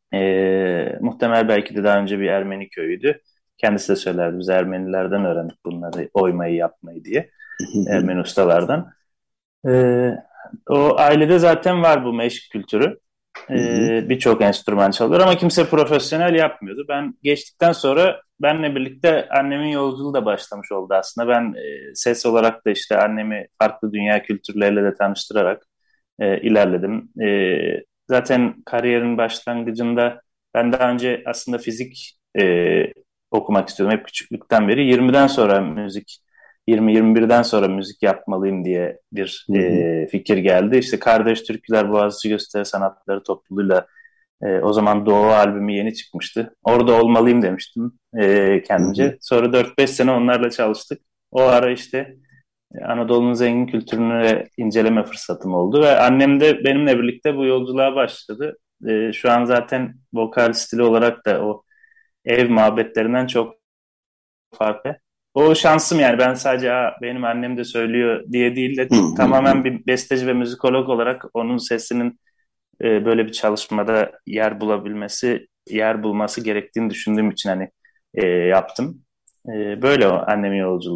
D: e, muhtemel belki de daha önce bir Ermeni köyüydü. Kendisi de söylerdi, biz Ermenilerden öğrendik bunları oymayı yapmayı diye,
B: Hı hı.
D: Ermeni ustalardan. E, o ailede zaten var bu meşk kültürü. E,
B: Hı hı.
D: birçok enstrüman çalıyor ama kimse profesyonel yapmıyordu. Ben geçtikten sonra benle birlikte annemin yolculuğu da başlamış oldu aslında. Ben e, ses olarak da işte annemi farklı dünya kültürleriyle de tanıştırarak e, ilerledim. E, zaten kariyerin başlangıcında ben daha önce aslında fizik e, okumak istiyordum. Hep küçüklükten beri. yirmiden sonra müzik, yirmi yirmi birden sonra müzik yapmalıyım diye bir
B: Hı hı.
D: e, fikir geldi. İşte Kardeş Türküler Boğaziçi Gösteri Sanatları topluluğuyla e, o zaman Doğu albümü yeni çıkmıştı. Orada olmalıyım demiştim e,
B: Hı hı.
D: kendimce. Sonra dört beş sene onlarla çalıştık. O ara işte Anadolu'nun zengin kültürünü inceleme fırsatım oldu ve annem de benimle birlikte bu yolculuğa başladı. Ee, şu an zaten vokal stili olarak da o ev muhabbetlerinden çok farklı. O şansım, yani ben sadece "Aa, benim annem de söylüyor" diye değil de
B: Hı hı.
D: tamamen
B: Hı.
D: bir besteci ve müzikolog olarak onun sesinin e, böyle bir çalışmada yer bulabilmesi, yer bulması gerektiğini düşündüğüm için hani e, yaptım. E, böyle o annemin yolculuğu da.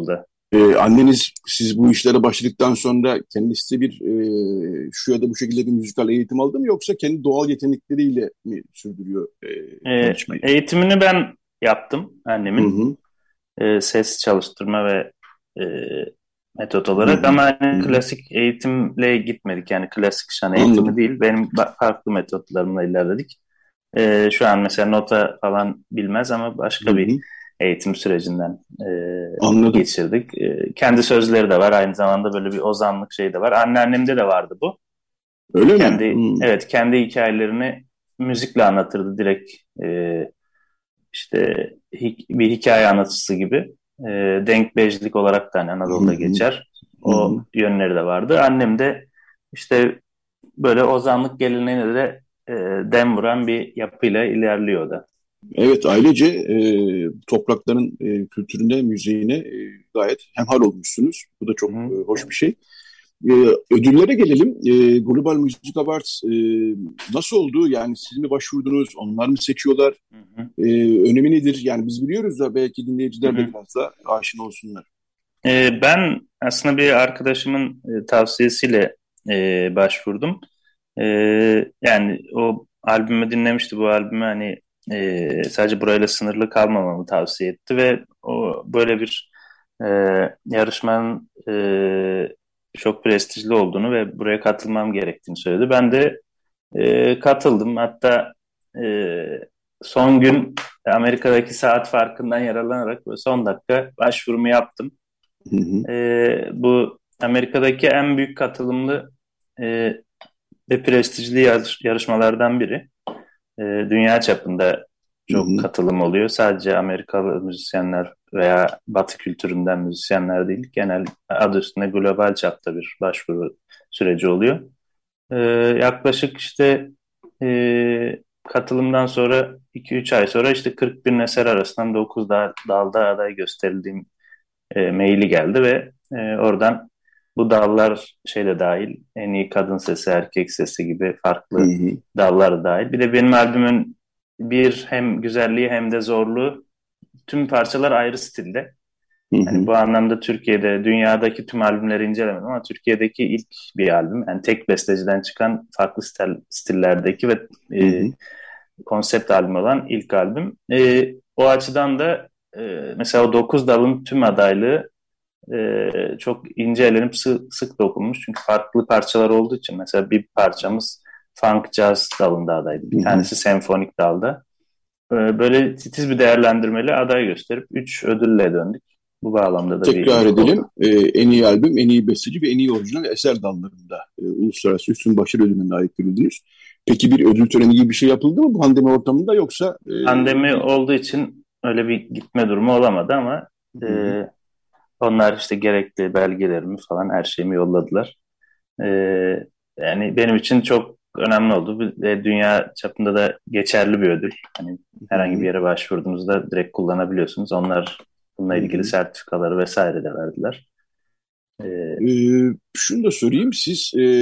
B: Ee, anneniz siz bu işlere başladıktan sonra kendisi bir e, şu ya da bu şekilde bir müzikal eğitim aldı mı yoksa kendi doğal yetenekleriyle mi sürdürüyor e,
D: E,
B: çalışmayı?
D: eğitimini ben yaptım
B: Hı
D: annemin.
B: hı,
D: E, ses çalıştırma ve e, metot
B: hı
D: olarak
B: hı,
D: ama
B: hı
D: hani
B: hı.
D: klasik eğitimle gitmedik. Yani klasik şan eğitimi
B: Anladım.
D: değil. Benim ba- farklı metotlarımla ilerledik. E, şu an mesela nota falan bilmez ama
B: Hı
D: başka bir
B: hı,
D: eğitim sürecinden e,
B: anladım.
D: geçirdik. E, kendi sözleri de var. Aynı zamanda böyle bir ozanlık şey de var. Anneannemde de vardı bu.
B: Öyle mi?
D: Kendi
B: Hı
D: evet kendi hikayelerini müzikle anlatırdı direkt. E, işte hi- bir hikaye anlatısı gibi. E, denkbejlik olarak da hani
B: hı,
D: Anadolu'da
B: hı
D: geçer.
B: hı,
D: O
B: hı.
D: yönleri de vardı. Annem de işte böyle ozanlık geleneğine de e, dem vuran bir yapıyla ilerliyor da.
B: Evet, ailece e, toprakların e, kültürüne, müziğine e, gayet hemhal olmuşsunuz. Bu da
D: Hı
B: çok
D: hı.
B: e, hoş bir şey. E, ödüllere gelelim. E, Global Music Awards e, nasıl oldu? Yani siz mi başvurdunuz, onlar mı seçiyorlar?
D: Hı hı.
B: E, önemi nedir? Yani biz biliyoruz da belki
D: Hı
B: dinleyiciler de
D: hı.
B: biraz da aşina olsunlar.
D: E, ben aslında bir arkadaşımın e, tavsiyesiyle e, başvurdum. E, Yani o albümü dinlemişti. Bu albümü hani e, sadece burayla sınırlı kalmamamı tavsiye etti ve o böyle bir e, yarışmanın e, çok prestijli olduğunu ve buraya katılmam gerektiğini söyledi. Ben de e, katıldım. Hatta e, son gün Amerika'daki saat farkından yararlanarak böyle son dakika başvurumu yaptım.
B: Hı hı,
D: E, bu Amerika'daki en büyük katılımlı e, ve prestijli yarış- yarışmalardan biri. E, dünya çapında
B: hı
D: çok
B: hı,
D: katılım oluyor. Sadece Amerikalı müzisyenler veya Batı kültüründen müzisyenler değil, genel adı üstünde global çapta bir başvuru süreci oluyor. E, Yaklaşık işte e, katılımdan sonra iki üç ay sonra işte kırk bin eser arasından dokuz dal, dalda aday gösterildiğim e, maili geldi ve e, oradan bu dallar şeyde dahil en iyi kadın sesi, erkek sesi gibi
B: hı
D: farklı
B: hı,
D: dallar dahil. Bir de benim albümün bir hem güzelliği hem de zorluğu tüm parçalar ayrı stilde.
B: hı
D: Hani
B: hı,
D: bu anlamda Türkiye'de, dünyadaki tüm albümleri incelemedim ama Türkiye'deki ilk bir albüm. Yani tek besteciden çıkan farklı stil, stillerdeki ve
B: hı
D: e,
B: hı.
D: konsept albüm olan ilk albüm. E, o açıdan da e, mesela o dokuz dalın tüm adaylığı e, çok ince elenip sık, sık dokunmuş. Çünkü farklı parçalar olduğu için mesela bir parçamız funk jazz dalında adaydı.
B: Hı
D: Bir
B: hı.
D: tanesi senfonik dalda. E, böyle titiz bir değerlendirmeli aday gösterip üç ödülle döndük. Bu bağlamda da bir
B: Tekrar
D: ilk
B: edelim.
D: oldu.
B: Ee, en iyi albüm, en iyi besteci ve en iyi orijinal eser dallarında e, Uluslararası Üstün Başarı Ödülü'ne layık görüldünüz. Peki bir ödül töreni gibi bir şey yapıldı mı bu pandemi ortamında yoksa e,
D: Pandemi
B: bir...
D: olduğu için öyle bir gitme durumu olamadı ama e,
B: Hı hı,
D: onlar işte gerekli belgelerimi falan her şeyimi yolladılar. E, Yani benim için çok önemli oldu ve dünya çapında da geçerli bir ödül. Hani
B: hı
D: herhangi bir
B: hı,
D: yere başvurduğunuzda direkt kullanabiliyorsunuz. Onlar bununla
B: hı
D: ilgili
B: hı.
D: sertifikaları vesaire de verdiler. E,
B: Ee, şunu da sorayım. Siz e,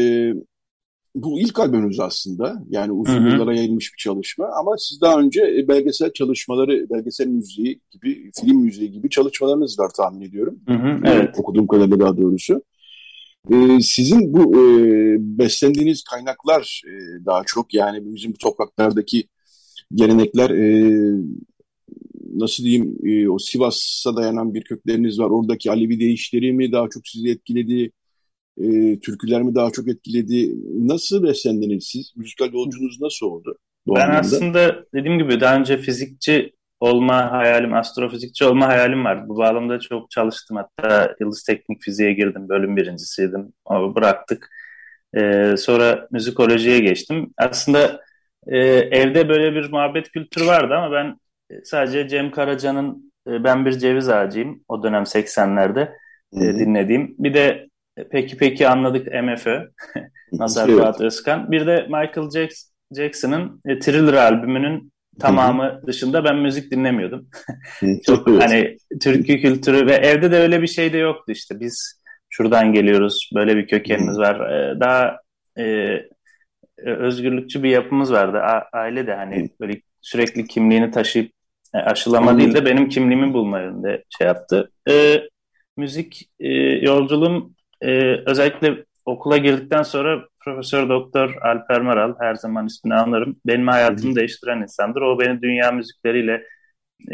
B: bu ilk albümünüz aslında. Yani
D: hı
B: uzun
D: hı,
B: yıllara yayılmış bir çalışma. Ama siz daha önce e, belgesel çalışmaları, belgesel müziği gibi, film müziği gibi çalışmalarınız var tahmin ediyorum.
D: hı hı,
B: Ee,
D: evet.
B: okuduğum kadarıyla daha doğrusu. Ee, sizin bu e, beslendiğiniz kaynaklar e, daha çok yani bizim bu topraklardaki gelenekler e, nasıl diyeyim e, o Sivas'a dayanan bir kökleriniz var. Oradaki Alevi deyişleri mi daha çok sizi etkiledi? E, türküler mi daha çok etkiledi? Nasıl beslendiniz siz? Müzikal yolculuğunuz nasıl oldu bu
D: Ben
B: anlamda?
D: aslında dediğim gibi daha önce fizikçi olma hayalim, astrofizikçi olma hayalim vardı. Bu bağlamda çok çalıştım. Hatta Yıldız Teknik Fiziğe girdim. Bölüm birincisiydim. Ama bıraktık. Ee, sonra müzikolojiye geçtim. Aslında e, evde böyle bir muhabbet kültürü vardı ama ben e, sadece Cem Karaca'nın e, Ben Bir Ceviz Ağacıyım. O dönem seksenlerde
B: Hı
D: e,
B: hı.
D: dinlediğim. Bir de e, Peki Peki Anladık M F Ö.
B: Hı hı.
D: Mazhar
B: Evet.
D: Fuat Özkan. Bir de Michael Jackson, Jackson'ın e, Thriller albümünün
B: Hı hı.
D: tamamı dışında ben müzik dinlemiyordum.
B: Hı.
D: Çok
B: Evet.
D: hani türkü kültürü ve evde de öyle bir şey de yoktu işte. Biz şuradan geliyoruz, böyle bir kökenimiz
B: Hı
D: var. Ee, daha e, özgürlükçü bir yapımız vardı. A- aile de
B: hı.
D: hani böyle sürekli kimliğini taşıyıp e, aşılama değil
B: Anladım.
D: de benim kimliğimi bulma yönünde şey yaptı. Ee, müzik e, yolculuğum e, özellikle okula girdikten sonra Profesör Doktor Alper Maral, her zaman ismini anlarım. Benim
B: Hı hı.
D: hayatımı değiştiren insandır. O beni dünya müzikleriyle, e,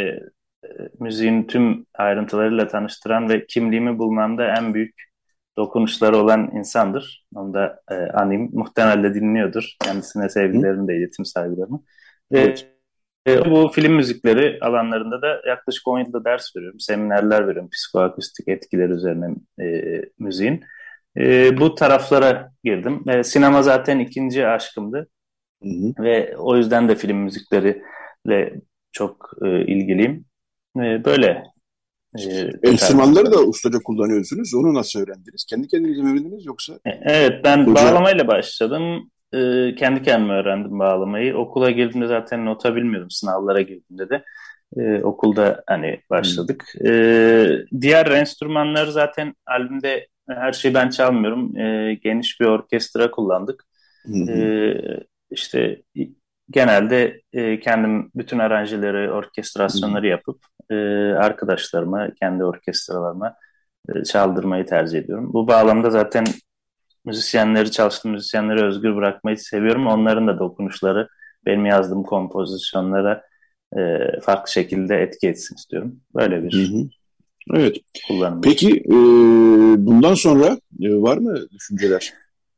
D: müziğin tüm ayrıntılarıyla tanıştıran ve kimliğimi bulmamda en büyük dokunuşları olan insandır. Onu da e, anayım. Muhtemelen de dinliyordur. Kendisine
B: Hı.
D: sevgilerimi de iletim, saygılarımı. Ve
B: Evet.
D: e, bu film müzikleri alanlarında da yaklaşık on yılda ders veriyorum. Seminerler veriyorum. Psikoakustik etkiler üzerine e, müziğin. E, bu taraflara girdim. E, sinema zaten ikinci aşkımdı.
B: Hı hı.
D: Ve o yüzden de film müzikleriyle çok e, ilgiliyim. E, böyle e, tekrardan.
B: Enstrümanları da ustaca kullanıyorsunuz. Onu nasıl öğrendiniz? Kendi kendinize mi öğrendiniz yoksa
D: E, Evet, ben
B: hoca?
D: bağlamayla başladım. E, kendi kendime öğrendim bağlamayı. Okula girdiğimde zaten nota bilmiyordum. Sınavlara girdiğimde de. E, okulda hani
B: Hı
D: başladık. E, diğer enstrümanlar zaten albümde her şeyi ben çalmıyorum. E, geniş bir orkestra kullandık.
B: hı. Hı.
D: E, işte genelde e, kendim bütün aranjeleri,
B: Hı.
D: orkestrasyonları yapıp e, arkadaşlarıma, kendi orkestralarıma e, çaldırmayı tercih ediyorum. Bu bağlamda zaten müzisyenleri, çalıştığım müzisyenleri özgür bırakmayı seviyorum. Onların da dokunuşları benim yazdığım kompozisyonlara e, farklı şekilde etki etsin istiyorum. Böyle
B: Hı
D: bir
B: hı. Evet.
D: kullanım var.
B: Peki e, bundan sonra e, var mı düşünceler?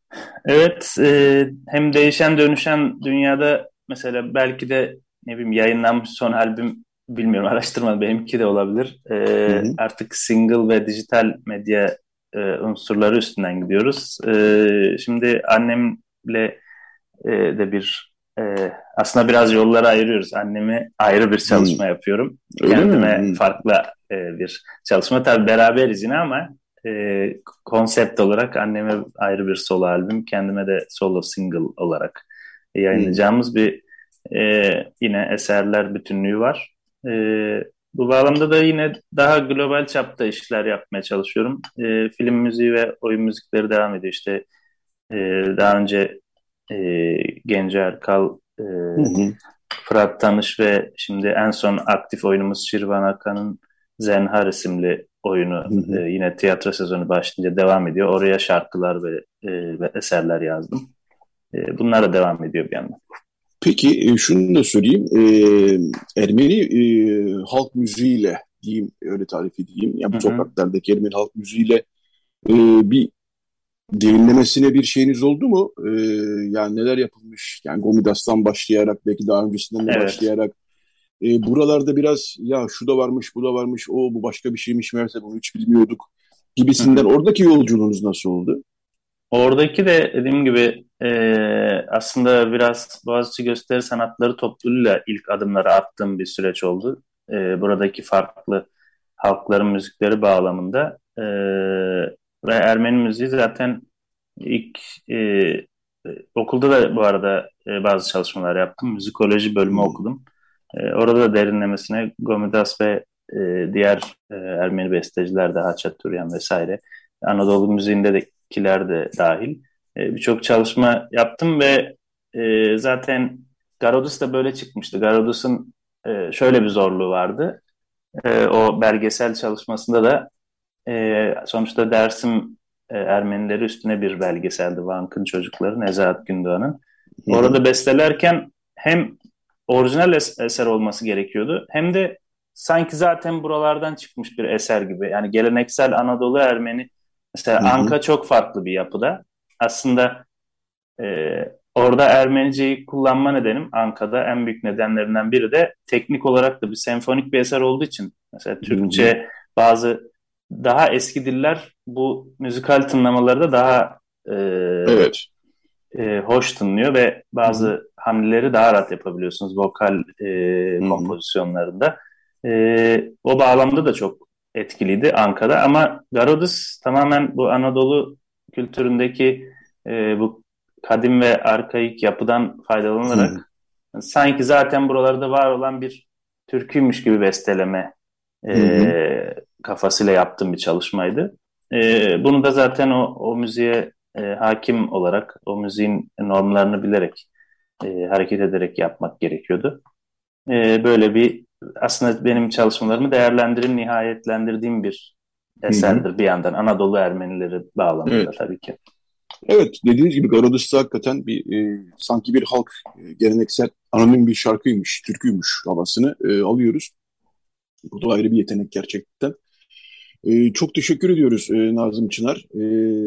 D: Evet, e, hem değişen dönüşen dünyada mesela belki de ne bileyim yayınlanmış son albüm bilmiyorum, araştırmadım, benimki de olabilir.
B: Hı
D: E,
B: hı.
D: artık single ve dijital medya e, unsurları üstünden gidiyoruz. E, şimdi annemle e, de bir e, aslında biraz yolları ayırıyoruz. Anneme ayrı bir
B: Hı.
D: çalışma yapıyorum.
B: Öyle
D: Kendime
B: mi?
D: farklı e, bir çalışma. Tabii beraberiz yine ama e, konsept olarak anneme ayrı bir solo albüm, kendime de solo single olarak
B: Hı. Hı.
D: yayınlayacağımız bir e, yine eserler bütünlüğü var. E, bu bağlamda da yine daha global çapta işler yapmaya çalışıyorum. E, film müziği ve oyun müzikleri devam ediyor. İşte e, daha önce e, Genco Erkal, e,
B: Hı hı.
D: Fırat Tanış ve şimdi en son aktif oyunumuz Şirvan Akan'ın Zenhar isimli oyunu
B: Hı
D: e,
B: hı.
D: yine tiyatro sezonu başlayınca devam ediyor. Oraya şarkılar ve, e, ve eserler yazdım. E, bunlar da devam ediyor bir yandan.
B: Peki e, şunu da söyleyeyim. E, Ermeni e, halk müziğiyle diyeyim, öyle tarif edeyim. Ya
D: Hı
B: bu
D: hı.
B: topraklardaki Ermeni halk müziğiyle e, bir derinlemesine bir şeyiniz oldu mu? E, yani neler yapılmış? Yani Gomidas'tan başlayarak, belki daha öncesinden de
D: Evet.
B: başlayarak e, buralarda biraz ya şu da varmış, bu da varmış, o bu başka bir şeymiş meğerse bunu hiç bilmiyorduk
D: Hı
B: gibisinden,
D: hı.
B: oradaki yolculuğunuz nasıl oldu?
D: Oradaki de dediğim gibi e, aslında biraz Boğaziçi Gösteri Sanatları topluluğuyla ilk adımları attığım bir süreç oldu. E, buradaki farklı halkların müzikleri bağlamında. E, ve Ermeni müziği zaten ilk e, e, okulda da bu arada e, bazı çalışmalar yaptım. Müzikoloji bölümü
B: Hmm.
D: okudum. E, orada da derinlemesine Gomidas ve e, diğer e, Ermeni besteciler de Haçaturyan vesaire, Anadolu müziğindekiler de dahil e, birçok çalışma yaptım ve e, zaten Garodus da böyle çıkmıştı. Garodus'un e, şöyle bir zorluğu vardı. E, o belgesel çalışmasında da e, sonuçta Dersim e, Ermenileri üstüne bir belgeseldi. Vank'ın çocukları, Nezahat Gündoğan'ın.
B: Hı hı.
D: Orada bestelerken hem orijinal es- eser olması gerekiyordu hem de sanki zaten buralardan çıkmış bir eser gibi. Yani geleneksel Anadolu Ermeni, mesela
B: Hı hı.
D: Anka çok farklı bir yapıda. Aslında e, orada Ermeniceyi kullanma nedenim, Anka'da en büyük nedenlerinden biri de teknik olarak da bir senfonik bir eser olduğu için. Mesela
B: Hı hı.
D: Türkçe bazı daha eski diller bu müzikal tınlamalarda daha e,
B: Evet.
D: e, hoş tınlıyor ve
B: Hı hı.
D: bazı hamleleri daha rahat yapabiliyorsunuz vokal e,
B: Hı hı.
D: kompozisyonlarında. E, o bağlamda da çok etkiliydi Ankara, ama Garodis tamamen bu Anadolu kültüründeki e, bu kadim ve arkaik yapıdan
B: Hı hı.
D: faydalanarak sanki zaten buralarda var olan bir türküymüş gibi besteleme
B: Hı hı.
D: e, kafasıyla yaptığım bir çalışmaydı. E, bunu da zaten o, o müziğe e, hakim olarak, o müziğin normlarını bilerek, e, hareket ederek yapmak gerekiyordu. E, böyle bir, aslında benim çalışmalarımı değerlendirim, nihayetlendirdiğim bir eserdir hı hı. bir yandan. Anadolu Ermenileri bağlamında
B: evet.
D: tabii ki.
B: Evet, dediğiniz gibi Garodos'ta hakikaten bir e, sanki bir halk e, geleneksel anonim bir şarkıymış, türküymüş havasını e, alıyoruz. Bu da ayrı bir yetenek gerçekten. E, çok teşekkür ediyoruz e, Nazım Çınar. E,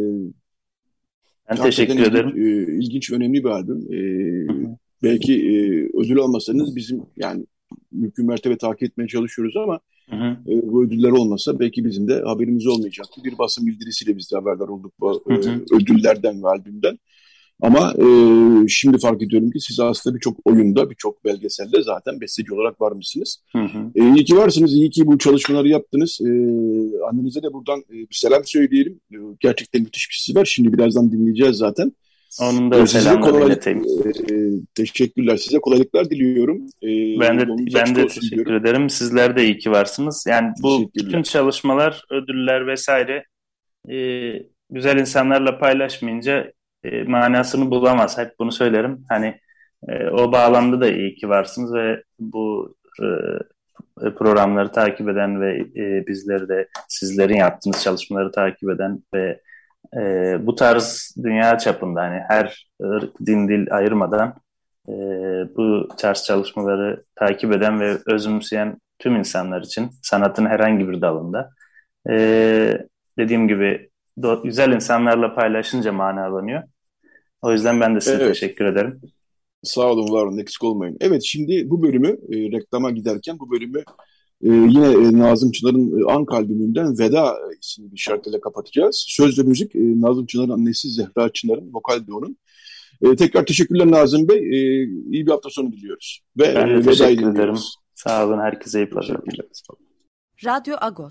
D: ben
B: hakikaten
D: teşekkür
B: ilginç,
D: ederim.
B: e, ilginç, önemli bir albüm. E, belki e, ödül almasanız bizim yani mümkün mertebe takip etmeye çalışıyoruz ama hı hı. E, bu ödüller olmasa belki bizim de haberimiz olmayacaktı. Bir basın bildirisiyle biz de haberdar olduk bu e, hı hı. ödüllerden ve albümden. Ama e, şimdi fark ediyorum ki siz aslında birçok oyunda, birçok belgeselde zaten besteci olarak varmışsınız. Hı hı. E, iyi ki varsınız, iyi ki bu çalışmaları yaptınız. E, annenize de buradan e, bir selam söyleyelim. E, gerçekten müthiş bir sesi var. Şimdi birazdan dinleyeceğiz zaten.
D: Onun da e, selamlarını ileteyim.
B: E, e, teşekkürler. Size kolaylıklar diliyorum. E,
D: ben de ben de teşekkür diyorum. ederim. Sizler de iyi ki varsınız. Yani bu bütün çalışmalar, ödüller vesaire e, güzel insanlarla paylaşmayınca e, manasını bulamaz. Hep bunu söylerim. Hani e, o bağlamda da iyi ki varsınız ve bu e, programları takip eden ve e, bizleri de sizlerin yaptığınız çalışmaları takip eden ve e, bu tarz dünya çapında hani her ırk, din, dil ayırmadan e, bu tarz çalışmaları takip eden ve özümseyen tüm insanlar için sanatın herhangi bir dalında e, dediğim gibi do- güzel insanlarla paylaşınca manalanıyor. O yüzden ben de size evet. teşekkür ederim.
B: Sağ olun, var olun, eksik olmayın. Evet, şimdi bu bölümü e, reklama giderken bu bölümü e, yine e, Nazım Çınar'ın e, Ank albümünden Veda isimli bir şarkıyla kapatacağız. Söz ve müzik e, Nazım Çınar'ın annesi Zehra Çınar'ın, vokal de onun. E, tekrar teşekkürler Nazım Bey. E, iyi bir hafta sonu diliyoruz.
D: Ve ben de e, teşekkür ederim. Sağ olun, herkese iyi pazarlar.
A: Radyo Agos.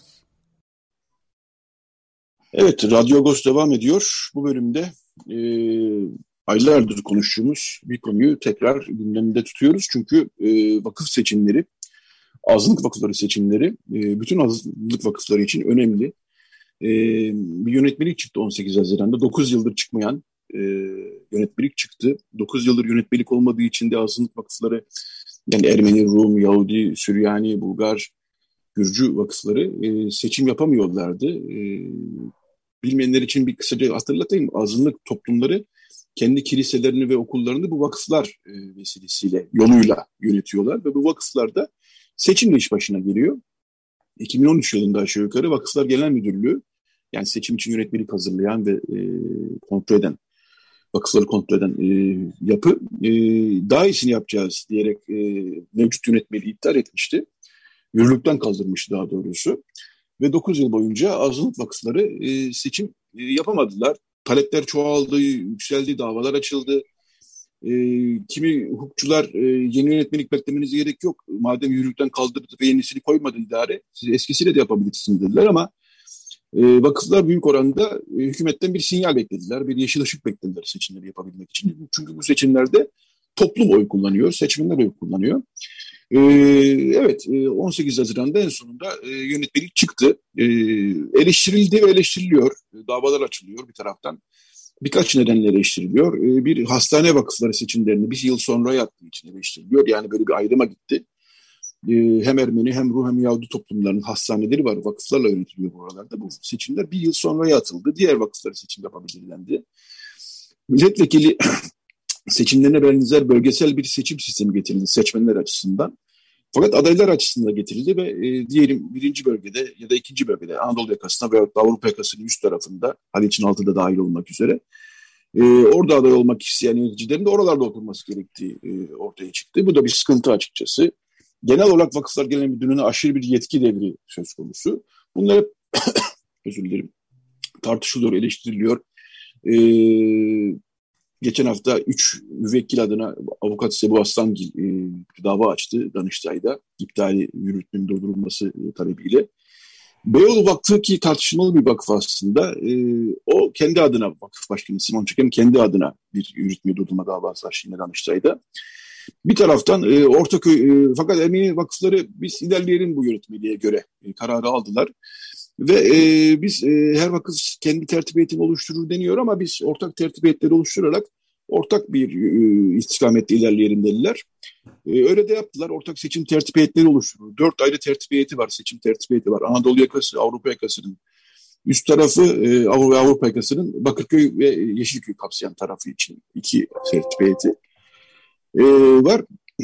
B: Evet, Radyo Agos devam ediyor. Bu bölümde e, aylardır konuştuğumuz bir konuyu tekrar gündemde tutuyoruz. Çünkü e, vakıf seçimleri, azınlık vakıfları seçimleri e, bütün azınlık vakıfları için önemli. E, bir yönetmelik çıktı on sekiz Haziran'da. dokuz yıldır çıkmayan e, yönetmelik çıktı. dokuz yıldır yönetmelik olmadığı için de azınlık vakıfları, yani Ermeni, Rum, Yahudi, Süryani, Bulgar, Gürcü vakıfları e, seçim yapamıyorlardı. E, bilmeyenler için bir kısaca hatırlatayım. Azınlık toplumları kendi kiliselerini ve okullarını bu vakıflar e, vesilesiyle, yoluyla yönetiyorlar ve bu vakıflar da seçimle iş başına geliyor. iki bin on üç yılında aşağı yukarı Vakıflar Genel Müdürlüğü, yani seçim için yönetmelik hazırlayan ve e, kontrol eden, vakıfları kontrol eden e, yapı e, daha iyisini yapacağız diyerek e, mevcut yönetmeliği iptal etmişti. Yürürlükten kaldırmıştı daha doğrusu. Ve dokuz yıl boyunca azınlık vakıfları e, seçim e, yapamadılar. Talepler çoğaldı, yükseldi, davalar açıldı. E, kimi hukukçular e, yeni yönetmelik beklemenize gerek yok. Madem yürürlükten kaldırdı ve yenisini koymadı idare, siz eskisiyle de yapabilirsiniz dediler ama e, vakıflar büyük oranda e, hükümetten bir sinyal beklediler, bir yeşil ışık beklediler seçimleri yapabilmek için. Çünkü bu seçimlerde toplum oy kullanıyor, seçmenler oy kullanıyor. Ee, evet, on sekiz Haziran'da en sonunda e, yönetmelik çıktı. E, eleştirildi ve eleştiriliyor. Davalar açılıyor bir taraftan. Birkaç nedenle eleştiriliyor. E, bir, hastane vakıfları seçimlerini bir yıl sonra yaptığı için eleştiriliyor. Yani böyle bir ayrıma gitti. E, hem Ermeni hem Rum hem Yahudi toplumlarının hastaneleri var. Vakıflarla yönetiliyor bu aralarda. Bu seçimler bir yıl sonraya atıldı. Diğer vakıfları seçim yapabilirlendi. Milletvekili seçimlerine benzer bölgesel bir seçim sistemi getirildi seçmenler açısından. Fakat adaylar açısından getirildi ve e, diyelim birinci bölgede ya da ikinci bölgede Anadolu yakasına veya Avrupa yakasının üst tarafında, Haliç'in altında dahil olmak üzere e, orada aday olmak isteyen yöneticilerin de oralarda oturması gerektiği e, ortaya çıktı. Bu da bir sıkıntı açıkçası. Genel olarak Vakıflar Genel Müdürlüğü'ne aşırı bir yetki devri söz konusu. Bunlar hep özür dilerim, tartışılıyor, eleştiriliyor. Eee Geçen hafta üç müvekkil adına avukat Sebu Aslangil e, dava açtı Danıştay'da, iptali yürütmenin durdurulması e, talebiyle. Beyoğlu Vakfı, ki tartışmalı bir vakıf aslında, e, o kendi adına, vakıf başkanı Simon Çeken kendi adına bir yürütmeyi durdurma davası açtı yine Danıştay'da. Bir taraftan e, Ortaköy, e, fakat Ermeni vakıfları biz ilerleyelim bu yönetmeliğe göre e, kararı aldılar. Ve e, biz e, her vakıf kendi tertip heyetini oluşturur deniyor ama biz ortak tertip heyetleri oluşturarak ortak bir e, istikamette ilerleyelim dediler. E, öyle de yaptılar. Ortak seçim tertip heyetleri oluşturur. Dört ayrı tertip heyeti var, seçim tertip heyeti var. Anadolu yakası, Avrupa yakasının Üst tarafı e, Avrupa, Avrupa yakasının Bakırköy ve Yeşilköy kapsayan tarafı için iki tertip heyeti e, var.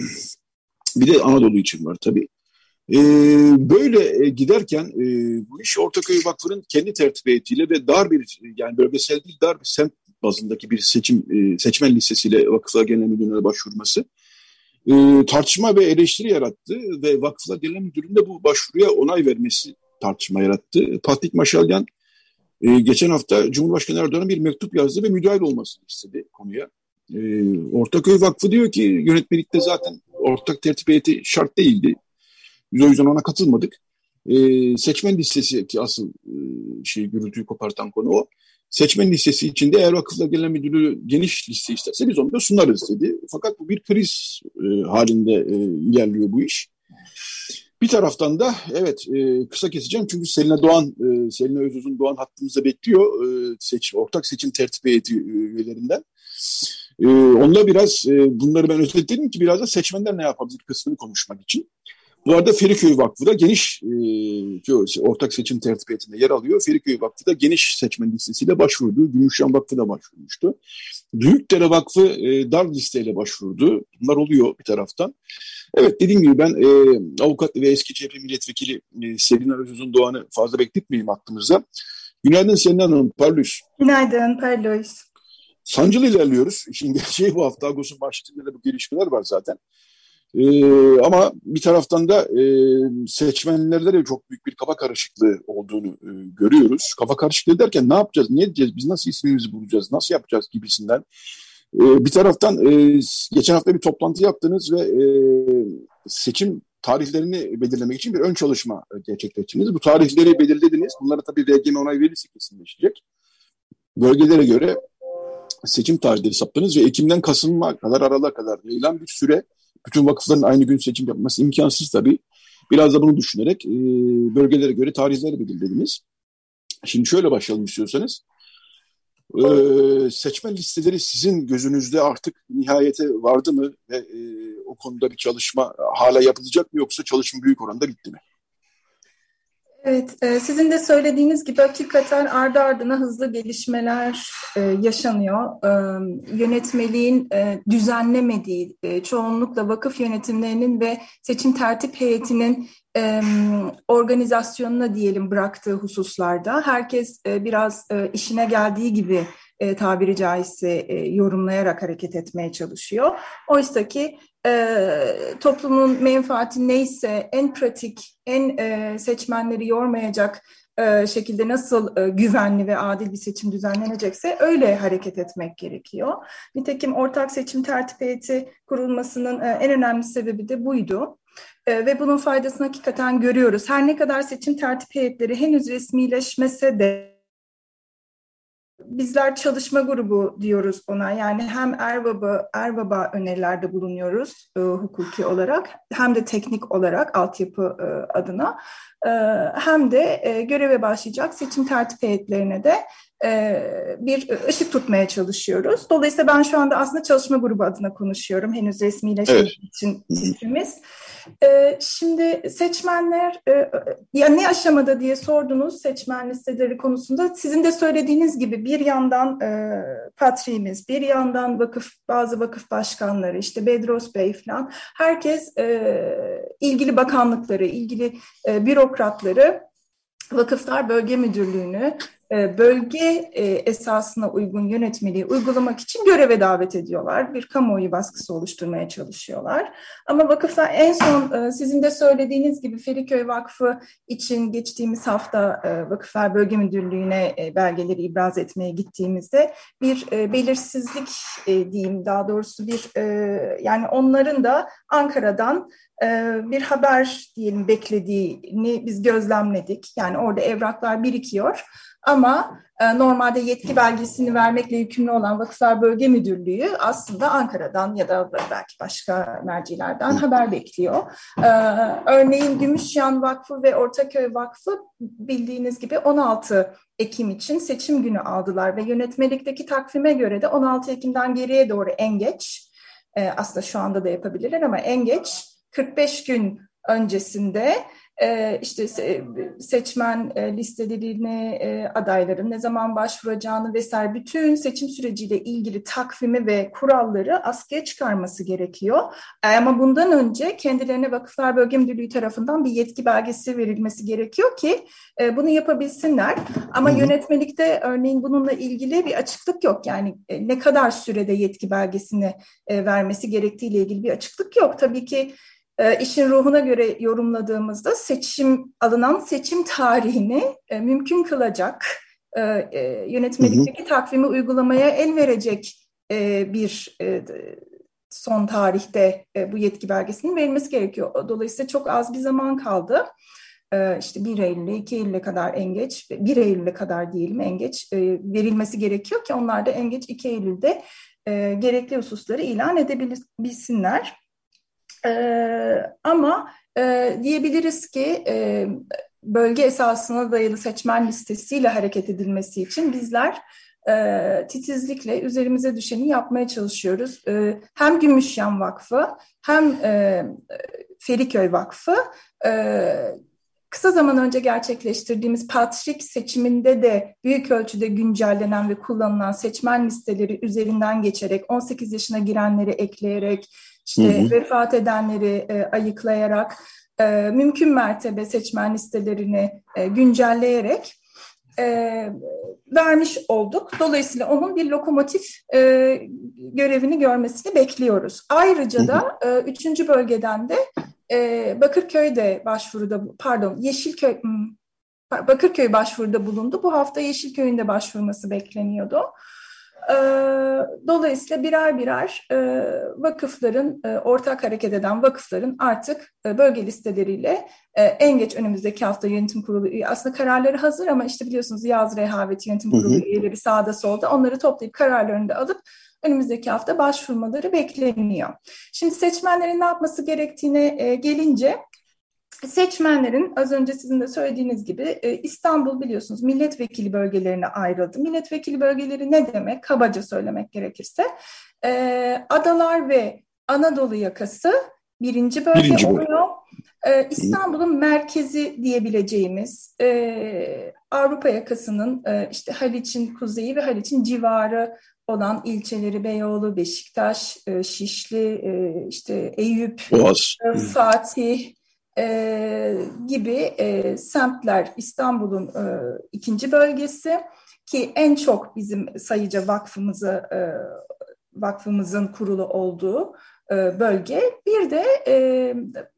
B: Bir de Anadolu için var tabii. E, böyle e, giderken e, bu iş Ortaköy Vakfı'nın kendi tertip heyetiyle ve dar bir, yani bölgesel değil, dar bir semt bazındaki bir seçim e, seçmen listesiyle Vakıflar Genel Müdürlüğü'ne başvurması e, tartışma ve eleştiri yarattı ve Vakıflar Genel Müdürlüğü'nde bu başvuruya onay vermesi tartışma yarattı. Patrik Maşalyan e, geçen hafta Cumhurbaşkanı Erdoğan'a bir mektup yazdı ve müdahil olmasını istedi konuya. E, Ortaköy Vakfı diyor ki yönetmelikte zaten ortak tertip heyeti şart değildi. Biz o yüzden ona katılmadık. E, seçmen listesi ki asıl e, şey gürültüyü kopartan konu o. Seçmen listesi içinde eğer Vakıflar Genel Müdürlüğü geniş liste isterse biz onu da sunarız dedi. Fakat bu bir kriz e, halinde e, ilerliyor bu iş. Bir taraftan da evet e, kısa keseceğim çünkü Selina Doğan, e, Selina Özuz'un Doğan hattımızda bekliyor e, seç, ortak seçim tertip heyeti üyelerinden. E, onunla biraz e, bunları ben özetledim ki biraz da seçmenler ne yapabilir kısmını konuşmak için. Bu arada Feriköy Vakfı da geniş e, ortak seçim tertip heyetinde yer alıyor. Feriköy Vakfı da geniş seçmen listesiyle başvurdu. Gümüşhan Vakfı da başvurmuştu. Büyükdere Vakfı e, dar listeyle başvurdu. Bunlar oluyor bir taraftan. Evet dediğim gibi ben e, avukat ve eski C H P milletvekili e, Selina Özuz'un Doğan'ı fazla bekletmeyeyim aklımızda. Günaydın Selina Hanım, parlıyız.
E: Günaydın, parlıyız.
B: Sancılı ilerliyoruz. Şimdi şey bu hafta Ağustos'un başlarında da bu gelişmeler var zaten. Ee, ama bir taraftan da e, seçmenlerde de çok büyük bir kafa karışıklığı olduğunu e, görüyoruz. Kafa karışıklığı derken ne yapacağız, ne edeceğiz, biz nasıl ismimizi bulacağız, nasıl yapacağız gibisinden. E, bir taraftan e, geçen hafta bir toplantı yaptınız ve e, seçim tarihlerini belirlemek için bir ön çalışma gerçekleştirdiniz. Bu tarihleri belirlediniz. Bunlara tabii R G M onay verirse kesinleşecek. Bölgelere göre seçim tarihleri saptınız ve Ekim'den Kasım'a kadar, Aralık'a kadar yayılan bir süre. Bütün vakıfların aynı gün seçim yapması imkansız tabii. Biraz da bunu düşünerek e, bölgelere göre tarihleri belirlediniz. Şimdi şöyle başlayalım istiyorsanız. E, seçmen listeleri sizin gözünüzde artık nihayete vardı mı? Ve e, o konuda bir çalışma hala yapılacak mı yoksa çalışma büyük oranda bitti mi?
E: Evet, e, sizin de söylediğiniz gibi hakikaten ardı ardına hızlı gelişmeler e, yaşanıyor. E, yönetmeliğin e, düzenlemediği, e, çoğunlukla vakıf yönetimlerinin ve seçim tertip heyetinin e, organizasyonuna diyelim bıraktığı hususlarda herkes e, biraz e, işine geldiği gibi e, tabiri caizse e, yorumlayarak hareket etmeye çalışıyor. Oysa ki e, toplumun menfaati neyse en pratik, en e, seçmenleri yormayacak e, şekilde nasıl e, güvenli ve adil bir seçim düzenlenecekse öyle hareket etmek gerekiyor. Nitekim ortak seçim tertip heyeti kurulmasının e, en önemli sebebi de buydu. E, ve bunun faydasını hakikaten görüyoruz. Her ne kadar seçim tertip heyetleri henüz resmileşmese de bizler çalışma grubu diyoruz ona. Yani hem Erbaba, Erbaba önerilerde bulunuyoruz e, hukuki olarak hem de teknik olarak altyapı e, adına e, hem de e, göreve başlayacak seçim tertip heyetlerine de e, bir ışık tutmaya çalışıyoruz. Dolayısıyla ben şu anda aslında çalışma grubu adına konuşuyorum. Henüz resmileşmediği evet. için fikrimiz. E, şimdi seçmenler e, ya ne aşamada diye sordunuz seçmen listeleri konusunda. Sizin de söylediğiniz gibi bir yandan e, patriğimiz, bir yandan vakıf bazı vakıf başkanları, işte Bedros Bey falan herkes e, ilgili bakanlıkları, ilgili e, bürokratları Vakıflar Bölge Müdürlüğü'nü bölge esasına uygun yönetmeliği uygulamak için göreve davet ediyorlar. Bir kamuoyu baskısı oluşturmaya çalışıyorlar. Ama vakıflar en son sizin de söylediğiniz gibi Feriköy Vakfı için geçtiğimiz hafta Vakıflar Bölge Müdürlüğü'ne belgeleri ibraz etmeye gittiğimizde bir belirsizlik diyeyim daha doğrusu bir yani onların da Ankara'dan bir haber diyelim beklediğini biz gözlemledik. Yani orada evraklar birikiyor. Ama e, normalde yetki belgesini vermekle yükümlü olan Vakıflar Bölge Müdürlüğü aslında Ankara'dan ya da belki başka mercilerden haber bekliyor. E, örneğin Gümüşyan Vakfı ve Ortaköy Vakfı bildiğiniz gibi on altı Ekim için seçim günü aldılar ve yönetmelikteki takvime göre de on altı Ekim'den geriye doğru en geç, e, aslında şu anda da yapabilirler ama en geç kırk beş gün öncesinde e, işte seçmen listelerini, adayların ne zaman başvuracağını vesaire bütün seçim süreciyle ilgili takvimi ve kuralları askıya çıkarması gerekiyor. Ama bundan önce kendilerine Vakıflar Bölge Müdürlüğü tarafından bir yetki belgesi verilmesi gerekiyor ki bunu yapabilsinler. Ama hı hı. Yönetmelikte örneğin bununla ilgili bir açıklık yok. Yani ne kadar sürede yetki belgesini vermesi gerektiğiyle ilgili bir açıklık yok. Tabii ki işin ruhuna göre yorumladığımızda seçim alınan seçim tarihini mümkün kılacak, yönetmelikteki hı hı. takvimi uygulamaya el verecek bir son tarihte bu yetki belgesinin verilmesi gerekiyor. Dolayısıyla çok az bir zaman kaldı. İşte bir Eylül'e, iki Eylül'e kadar en geç, bir Eylül'e kadar diyelim en geç verilmesi gerekiyor ki onlar da en geç iki Eylül'de gerekli hususları ilan edebilsinler. Ama diyebiliriz ki bölge esasına dayalı seçmen listesiyle hareket edilmesi için bizler E, titizlikle üzerimize düşeni yapmaya çalışıyoruz. E, hem Gümüşyan Vakfı hem e, Feriköy Vakfı e, kısa zaman önce gerçekleştirdiğimiz Patrik seçiminde de büyük ölçüde güncellenen ve kullanılan seçmen listeleri üzerinden geçerek on sekiz yaşına girenleri ekleyerek işte hı hı. vefat edenleri e, ayıklayarak e, mümkün mertebe seçmen listelerini e, güncelleyerek E, vermiş olduk. Dolayısıyla onun bir lokomotif e, görevini görmesini bekliyoruz. Ayrıca da e, üçüncü bölgeden de e, Bakırköy'de başvuruda, pardon Yeşilköy, Bakırköy başvuruda bulundu. Bu hafta Yeşilköy'ün de başvurması bekleniyordu. E, dolayısıyla birer birer e, vakıfların, e, ortak hareket eden vakıfların artık e, bölge listeleriyle e, en geç önümüzdeki hafta yönetim kurulu üye, aslında kararları hazır ama işte biliyorsunuz Yaz Rehaveti yönetim kurulu hı hı. üyeleri sağda solda, onları toplayıp kararlarını da alıp önümüzdeki hafta başvurmaları bekleniyor. Şimdi seçmenlerin ne yapması gerektiğine e, gelince, seçmenlerin az önce sizin de söylediğiniz gibi İstanbul biliyorsunuz milletvekili bölgelerine ayrıldı. Milletvekili bölgeleri ne demek? Kabaca söylemek gerekirse adalar ve Anadolu yakası birinci bölge birinci oluyor. İstanbul'un merkezi diyebileceğimiz Avrupa yakasının işte Haliç'in kuzeyi ve Haliç'in civarı olan ilçeleri Beyoğlu, Beşiktaş, Şişli, işte Eyüp, Boğaz, Fatih Ee, gibi e, semtler İstanbul'un e, ikinci bölgesi ki en çok bizim sayıca vakfımızı e, vakfımızın kurulu olduğu e, bölge. Bir de e,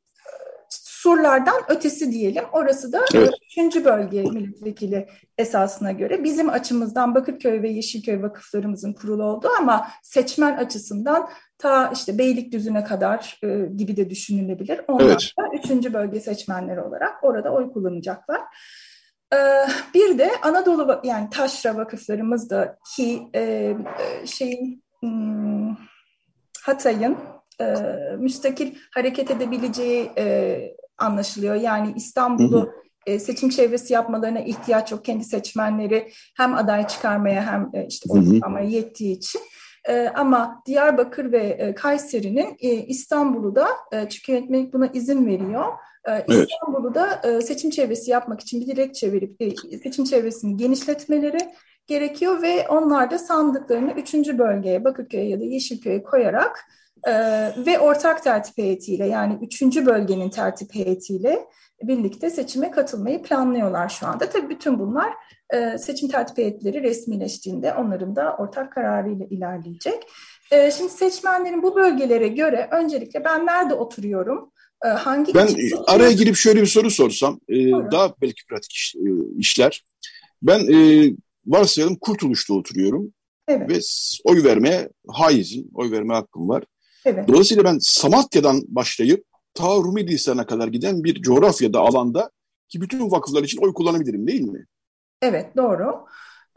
E: surlardan ötesi diyelim. Orası da evet. üçüncü bölge milletvekili esasına göre. Bizim açımızdan Bakırköy ve Yeşilköy vakıflarımızın kurulu olduğu ama seçmen açısından ta işte Beylikdüzü'ne kadar e, gibi de düşünülebilir. Onlar evet. da üçüncü bölge seçmenleri olarak orada oy kullanacaklar. E, bir de Anadolu yani taşra vakıflarımız da ki e, şeyin hmm, Hatay'ın e, müstakil hareket edebileceği e, anlaşılıyor. Yani İstanbul'u hı hı. E, seçim çevresi yapmalarına ihtiyaç yok. Kendi seçmenleri hem aday çıkarmaya hem e, işte oy kullanmaya yettiği için. E, ama Diyarbakır ve e, Kayseri'nin e, İstanbul'u da e, çünkü yönetmelik buna izin veriyor. E, evet. İstanbul'u da e, seçim çevresi yapmak için bir dilekçe verip e, seçim çevresini genişletmeleri gerekiyor ve onlar da sandıklarını üçüncü bölgeye, Bakırköy'e ya da Yeşilköy'e koyarak e, ve ortak tertip heyetiyle yani üçüncü bölgenin tertip heyetiyle birlikte seçime katılmayı planlıyorlar şu anda. Tabii bütün bunlar e, seçim tertip heyetleri resmileştiğinde onların da ortak kararıyla ilerleyecek. E, şimdi seçmenlerin bu bölgelere göre öncelikle ben nerede oturuyorum? E, hangi
B: ben araya girip şöyle bir soru sorsam e, daha belki pratik iş, e, işler. Ben e, varsayalım Kurtuluş'ta oturuyorum evet. ve oy vermeye haizim, oy verme hakkım var. Evet. Dolayısıyla ben Samatya'dan başlayıp ta Rumelihisar'a kadar giden bir coğrafyada, alanda ki bütün vakıflar için oy kullanabilirim değil mi?
E: Evet, doğru.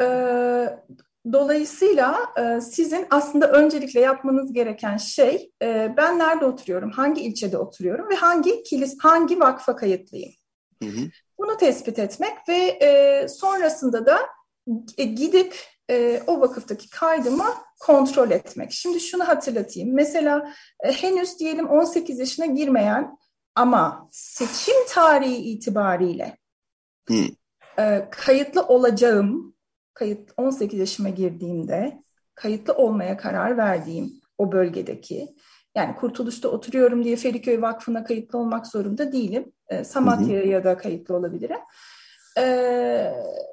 E: Ee, dolayısıyla e, sizin aslında öncelikle yapmanız gereken şey, e, ben nerede oturuyorum, hangi ilçede oturuyorum ve hangi kilis, hangi vakfa kayıtlıyım? Hı hı. Bunu tespit etmek ve e, sonrasında da e, gidip e, o vakıftaki kaydımı kontrol etmek. Şimdi şunu hatırlatayım. Mesela e, henüz diyelim on sekiz yaşına girmeyen Ama seçim tarihi itibariyle
B: Hmm.
E: e, kayıtlı olacağım, kayıt on sekiz yaşıma girdiğimde kayıtlı olmaya karar verdiğim o bölgedeki, yani Kurtuluş'ta oturuyorum diye Feriköy Vakfı'na kayıtlı olmak zorunda değilim. E, Samatya'ya da kayıtlı olabilirim. E,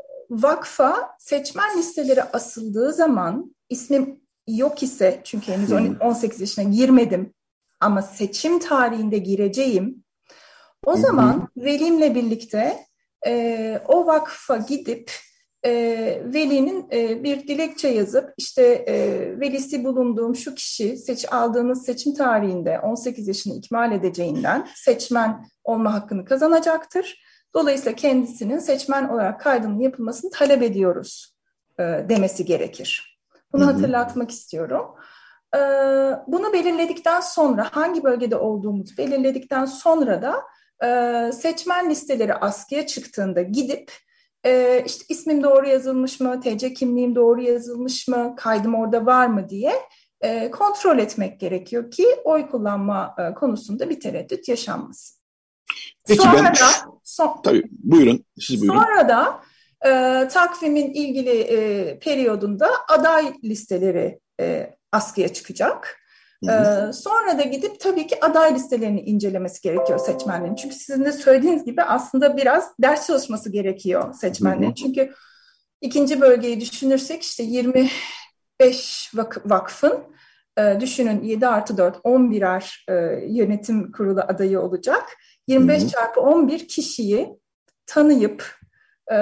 E: vakfa seçmen listeleri asıldığı zaman ismim yok ise, çünkü henüz on sekiz yaşına girmedim ama seçim tarihinde gireceğim, o zaman velimle birlikte e, o vakfa gidip e, velinin e, bir dilekçe yazıp işte e, velisi bulunduğum şu kişi seç aldığınız seçim tarihinde on sekiz yaşını ikmal edeceğinden seçmen olma hakkını kazanacaktır. Dolayısıyla kendisinin seçmen olarak kaydının yapılmasını talep ediyoruz e, demesi gerekir. Bunu hatırlatmak istiyorum. E, bunu belirledikten sonra, hangi bölgede olduğumuzu belirledikten sonra da e, seçmen listeleri askıya çıktığında gidip e, işte ismim doğru yazılmış mı, T C kimliğim doğru yazılmış mı, kaydım orada var mı diye e, kontrol etmek gerekiyor ki oy kullanma e, konusunda bir tereddüt yaşanmasın.
B: Peki
E: sonra
B: ben,
E: da, son,
B: tabii buyurun, siz buyurun.
E: Sonra da e, takvimin ilgili e, periyodunda aday listeleri e, askıya çıkacak. E, sonra da gidip tabii ki aday listelerini incelemesi gerekiyor seçmenlerin. Çünkü sizin de söylediğiniz gibi aslında biraz ders çalışması gerekiyor seçmenlerin. Hı hı. Çünkü ikinci bölgeyi düşünürsek işte yirmi beş vak- vakfın e, düşünün yedi artı dört on birer e, yönetim kurulu adayı olacak. yirmi beş çarpı on bir kişiyi tanıyıp, e,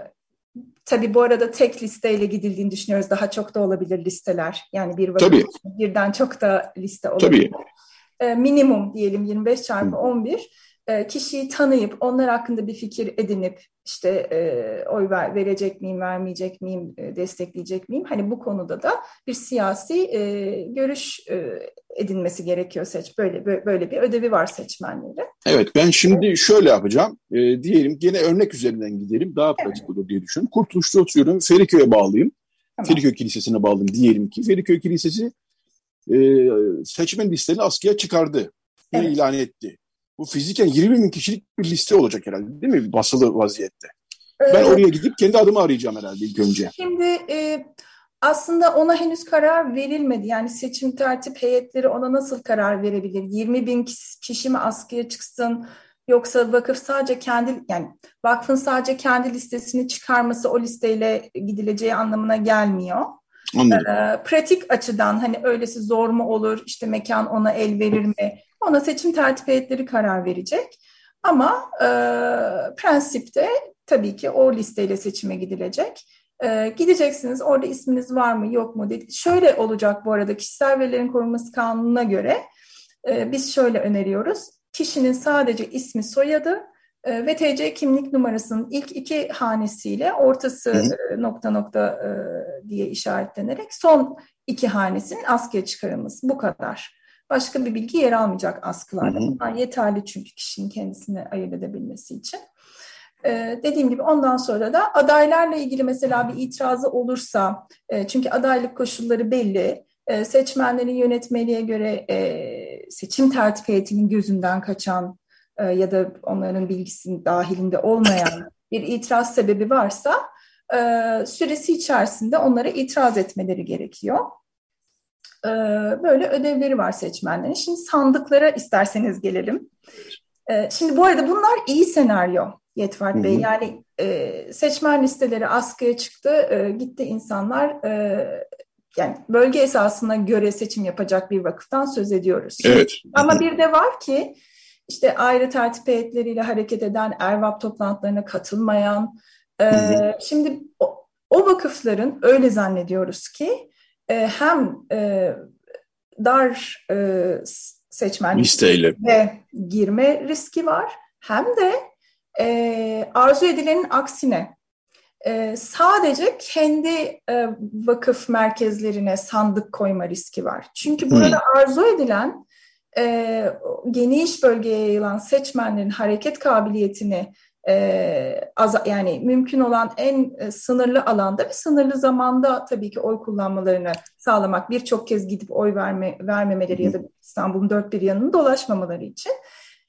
E: tabii bu arada tek listeyle gidildiğini düşünüyoruz. Daha çok da olabilir listeler. Yani bir vakit birden çok da liste olabilir. E, minimum diyelim yirmi beş çarpı on bir e, kişiyi tanıyıp onlar hakkında bir fikir edinip işte e, oy ver, verecek miyim, vermeyecek miyim, e, destekleyecek miyim? Hani bu konuda da bir siyasi e, görüş e, edinmesi gerekiyor seç. Böyle, böyle böyle bir ödevi var seçmenlerin.
B: Evet, ben şimdi şöyle yapacağım. E, diyelim gene örnek üzerinden gidelim. Daha pratik evet. olur diye düşünüyorum. Kurtuluş'ta oturuyorum. Feriköy'e bağlıyım. Tamam. Feriköy Kilisesi'ne bağlıyım diyelim ki. Feriköy Kilisesi e, seçmen listelerini askıya çıkardı. Evet. ilan etti. Bu fiziken yirmi bin kişilik bir liste olacak herhalde, değil mi? Basılı vaziyette. Ben evet. oraya gidip kendi adımı arayacağım herhalde ilk önce.
E: Şimdi e, aslında ona henüz karar verilmedi. Yani seçim tertip heyetleri ona nasıl karar verebilir? yirmi bin kişi mi askıya çıksın? Yoksa vakıf sadece kendi, yani vakfın sadece kendi listesini çıkarması o listeyle gidileceği anlamına gelmiyor.
B: Anladım.
E: E, pratik açıdan hani öylesi zor mu olur? İşte mekan ona el verir mi? Ona seçim tertip heyetleri karar verecek. Ama e, prensipte tabii ki o listeyle seçime gidilecek. E, gideceksiniz, orada isminiz var mı yok mu dedi. Şöyle olacak bu arada, kişisel verilerin korunması kanununa göre e, biz şöyle öneriyoruz. Kişinin sadece ismi, soyadı e, ve T C kimlik numarasının ilk iki hanesiyle ortası e, nokta nokta e, diye işaretlenerek son iki hanesinin askıya çıkarılması, bu kadar. Başka bir bilgi yer almayacak askılarda. Bunlar yeterli çünkü kişinin kendisini ayırt edebilmesi için. Ee, dediğim gibi ondan sonra da adaylarla ilgili mesela bir itirazı olursa, e, çünkü adaylık koşulları belli, e, seçmenlerin yönetmeliğe göre e, seçim tertip heyetinin gözünden kaçan e, ya da onların bilgisinin dahilinde olmayan bir itiraz sebebi varsa e, süresi içerisinde onlara itiraz etmeleri gerekiyor. Böyle ödevleri var seçmenlerin. Şimdi sandıklara isterseniz gelelim. Şimdi bu arada bunlar iyi senaryo Yetvart Bey. Yani seçmen listeleri askıya çıktı, gitti insanlar, yani bölge esasına göre seçim yapacak bir vakıftan söz ediyoruz.
B: Evet.
E: Ama bir de var ki işte ayrı tertip heyetleriyle hareket eden, ERVAP toplantılarına katılmayan, şimdi o, o vakıfların öyle zannediyoruz ki hem e, dar e, seçmen
B: listeyle
E: girme riski var, hem de e, arzu edilenin aksine e, sadece kendi e, vakıf merkezlerine sandık koyma riski var. Çünkü burada hmm. arzu edilen e, geniş bölgeye yayılan seçmenlerin hareket kabiliyetini Ee, az, yani mümkün olan en e, sınırlı alanda ve sınırlı zamanda tabii ki oy kullanmalarını sağlamak, birçok kez gidip oy verme, vermemeleri ya da İstanbul'un dört bir yanını dolaşmamaları için.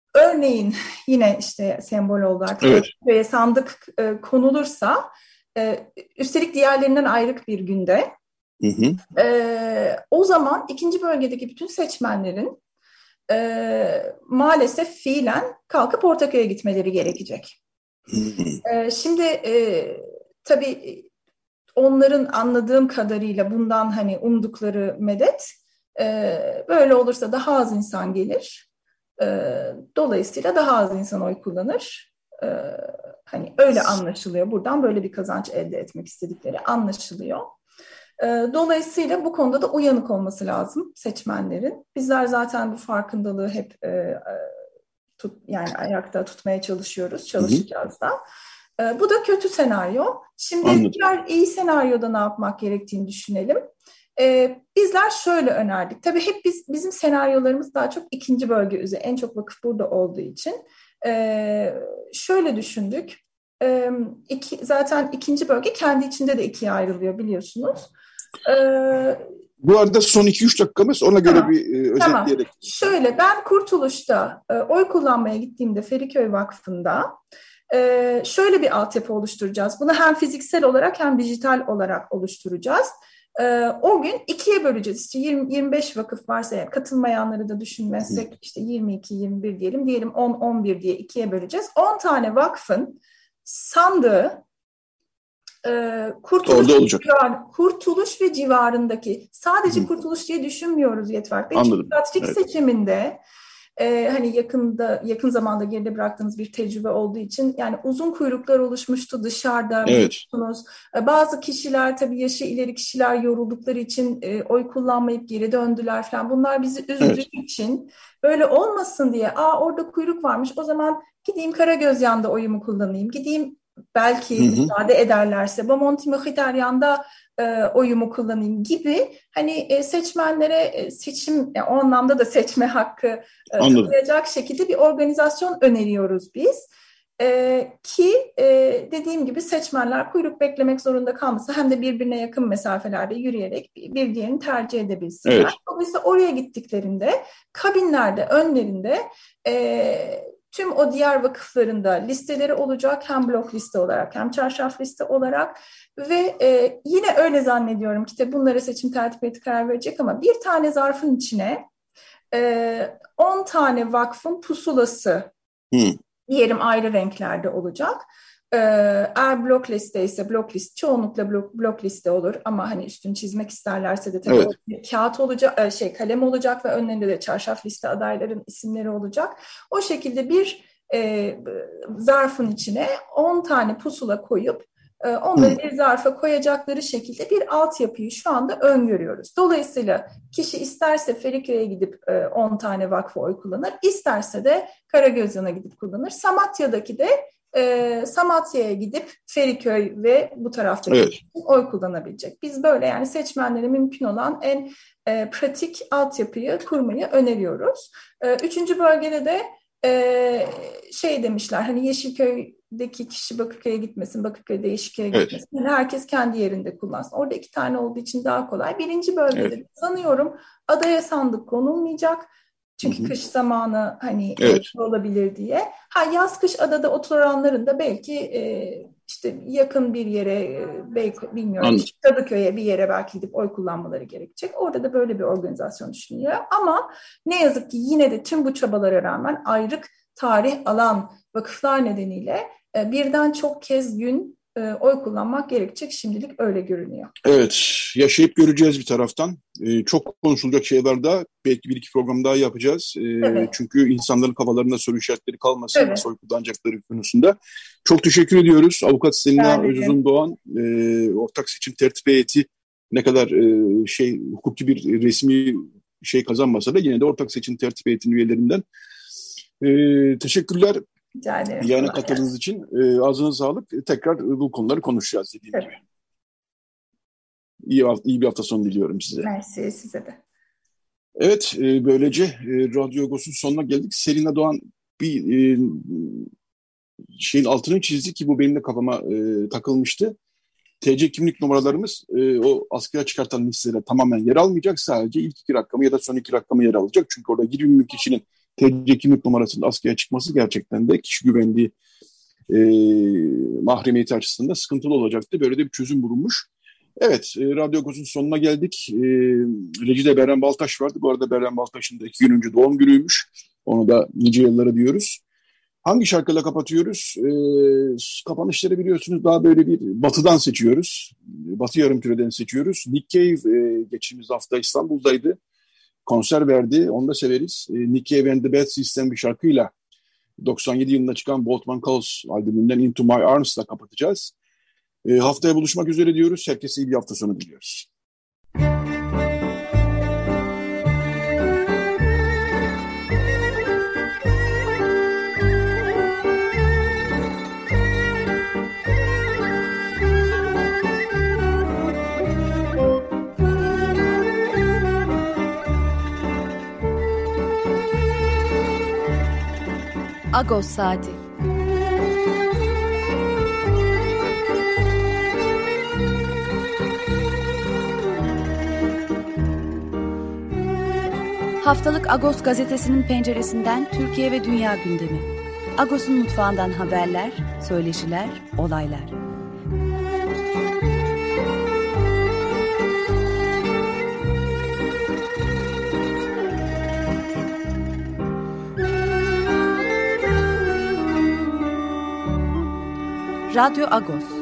E: örneğin yine işte sembol oldu artık.
B: Evet.
E: Ve sandık e, konulursa e, üstelik diğerlerinden ayrık bir günde
B: Hı hı.
E: e, o zaman ikinci bölgedeki bütün seçmenlerin e, maalesef fiilen kalkıp Ortaköy'e gitmeleri gerekecek.
B: Hı hı.
E: E, şimdi e, tabii onların anladığım kadarıyla bundan hani umdukları medet e, böyle olursa daha az insan gelir. E, dolayısıyla daha az insan oy kullanır. E, hani öyle anlaşılıyor. Buradan böyle bir kazanç elde etmek istedikleri anlaşılıyor. E, dolayısıyla bu konuda da uyanık olması lazım seçmenlerin. Bizler zaten bu farkındalığı hep e, tut, yani ayakta tutmaya çalışıyoruz, çalışacağız da. E, bu da kötü senaryo. Şimdi
B: Anladım.
E: diğer iyi senaryoda ne yapmak gerektiğini düşünelim. E, bizler şöyle önerdik. Tabii hep biz bizim senaryolarımız daha çok ikinci bölge üzerine. En çok vakıf burada olduğu için. E, şöyle düşündük. E, iki, zaten ikinci bölge kendi içinde de ikiye ayrılıyor biliyorsunuz. E,
B: Bu arada son iki üç dakikamız ona göre
E: Tamam.
B: bir e, özetleyerek.
E: Tamam. Şöyle ben Kurtuluş'ta e, oy kullanmaya gittiğimde Feriköy Vakfı'nda e, şöyle bir altyapı oluşturacağız. Bunu hem fiziksel olarak hem dijital olarak oluşturacağız. E, o gün ikiye böleceğiz. İşte yirmi yirmi beş vakıf varsa yani katılmayanları da düşünmezsek işte yirmi iki yirmi bir diyelim. Diyelim on on bir diye ikiye böleceğiz. on tane vakfın sandığı e, Kurtuluş,
B: Orada olacak.
E: civar, Kurtuluş ve civarındaki sadece
B: Hı.
E: Kurtuluş diye düşünmüyoruz Yetvart Bey.
B: Anladım.
E: Çünkü
B: Evet.
E: seçiminde e, hani yakında yakın zamanda geride bıraktığınız bir tecrübe olduğu için yani uzun kuyruklar oluşmuştu dışarıda.
B: Evet.
E: Biliyorsunuz. E, bazı kişiler tabii yaşı ileri kişiler yoruldukları için e, oy kullanmayıp geri döndüler falan. Bunlar bizi üzdüğü
B: Evet.
E: için böyle olmasın diye aa orada kuyruk varmış o zaman gideyim Karagözyan'da oyumu kullanayım. Gideyim belki
B: Hı hı.
E: müsaade ederlerse Bomonti Mkhitaryan'da e, oyumu kullanayım gibi hani e, seçmenlere e, seçim yani o anlamda da seçme hakkı e,
B: Anladım.
E: tanıyacak şekilde bir organizasyon öneriyoruz biz. E, ki e, dediğim gibi seçmenler kuyruk beklemek zorunda kalmasa hem de birbirine yakın mesafelerde yürüyerek bir, bir diğerini tercih edebilsinler.
B: Evet.
E: Dolayısıyla oraya gittiklerinde kabinlerde önlerinde e, tüm o diğer vakıflarında listeleri olacak hem blok liste olarak hem çarşaf liste olarak ve e, yine öyle zannediyorum ki de bunlara seçim tertip heyeti karar verecek ama bir tane zarfın içine e, on tane vakfın pusulası
B: Hı.
E: diyelim ayrı renklerde olacak. Ee, eğer blok liste ise blok liste çoğunlukla blok, blok liste olur ama hani üstünü çizmek isterlerse de tabii
B: Evet.
E: o bir kağıt olacak, şey kalem olacak ve önlerinde de çarşaf liste adayların isimleri olacak. O şekilde bir e, zarfın içine on tane pusula koyup e, onları
B: Hı.
E: bir zarfa koyacakları şekilde bir altyapıyı şu anda öngörüyoruz. Dolayısıyla kişi isterse Feriköy'e gidip e, on tane vakfa oy kullanır, isterse de Karagözyan'a gidip kullanır. Samatya'daki de e, Samatya'ya gidip Feriköy ve bu taraftaki
B: Evet.
E: oy kullanabilecek. Biz böyle yani seçmenlere mümkün olan en e, pratik altyapıyı kurmayı öneriyoruz. E, üçüncü bölgede de e, şey demişler hani Yeşilköy'deki kişi Bakırköy'e gitmesin, Bakırköy'de Yeşilköy'e
B: Evet.
E: gitmesin. Yani herkes kendi yerinde kullansın. Orada iki tane olduğu için daha kolay. Birinci bölgede
B: Evet.
E: sanıyorum adaya sandık konulmayacak. Çünkü
B: Hı hı.
E: kış zamanı hani
B: Evet.
E: e, olabilir diye. Ha yaz kış adada oturanların da belki e, işte yakın bir yere e, belki bilmiyorum
B: Anladım.
E: işte Kadıköy'e bir yere belki gidip oy kullanmaları gerekecek. Orada da böyle bir organizasyon düşünülüyor. Ama ne yazık ki yine de tüm bu çabalara rağmen ayrık tarih alan vakıflar nedeniyle e, birden çok kez gün e, oy kullanmak gerekecek. Şimdilik öyle görünüyor.
B: Evet, yaşayıp göreceğiz bir taraftan. Ee, çok konuşulacak şeyler daha. Belki bir iki program daha yapacağız. Ee,
E: Evet.
B: çünkü insanların kafalarında soru işaretleri kalmasın,
E: Evet.
B: nasıl oy kullanacakları konusunda. Çok teşekkür ediyoruz. Avukat Selina
E: Yani.
B: Özuzun Doğan, e, Ortak Seçim Tertip Heyeti ne kadar e, şey hukuki bir resmi şey kazanmasa da yine de Ortak Seçim Tertip Heyeti'nin üyelerinden. E, teşekkürler.
E: Rica ederim.
B: Yani
E: Kolay
B: katıldığınız için e, ağzına sağlık. Tekrar bu konuları konuşacağız dediğim
E: Evet.
B: gibi. İyi, iyi bir hafta sonu diliyorum size.
E: Mersi size de.
B: Evet, e, böylece e, Radyo Agos'un sonuna geldik. Selina Doğan bir e, şeyin altını çizdi ki bu benim de kafama e, takılmıştı. T C kimlik numaralarımız e, o askıya çıkartan listelere tamamen yer almayacak. Sadece ilk iki rakamı ya da son iki rakamı yer alacak. Çünkü orada yirmi bin kişinin T C kimlik numarasının askıya çıkması gerçekten de kişi güvenliği e, mahremiyeti açısından sıkıntılı olacaktı. Böyle de bir çözüm bulunmuş. Evet, e, Radyo Agos'un sonuna geldik. E, Reci'de Beren Baltaş vardı. Bu arada Beren Baltaş'ın da iki gün önce doğum günüymüş. Onu da nice yıllara diyoruz. Hangi şarkıyla kapatıyoruz? E, kapanışları biliyorsunuz daha böyle bir batıdan seçiyoruz. Batı Yarımküre'den seçiyoruz. Nick Cave e, geçtiğimiz hafta İstanbul'daydı. Konser verdi. Onu da severiz. E, Nick Cave and the Bad System bir şarkıyla doksan yedi yılında çıkan Boltman Calls albümünden Into My Arms'la kapatacağız. E, haftaya buluşmak üzere diyoruz. Herkese iyi bir hafta sonu diliyoruz.
A: Agos Saati. Haftalık Agos gazetesinin penceresinden Türkiye ve dünya gündemi. Agos'un mutfağından haberler, söyleşiler, olaylar. Radyo Agos.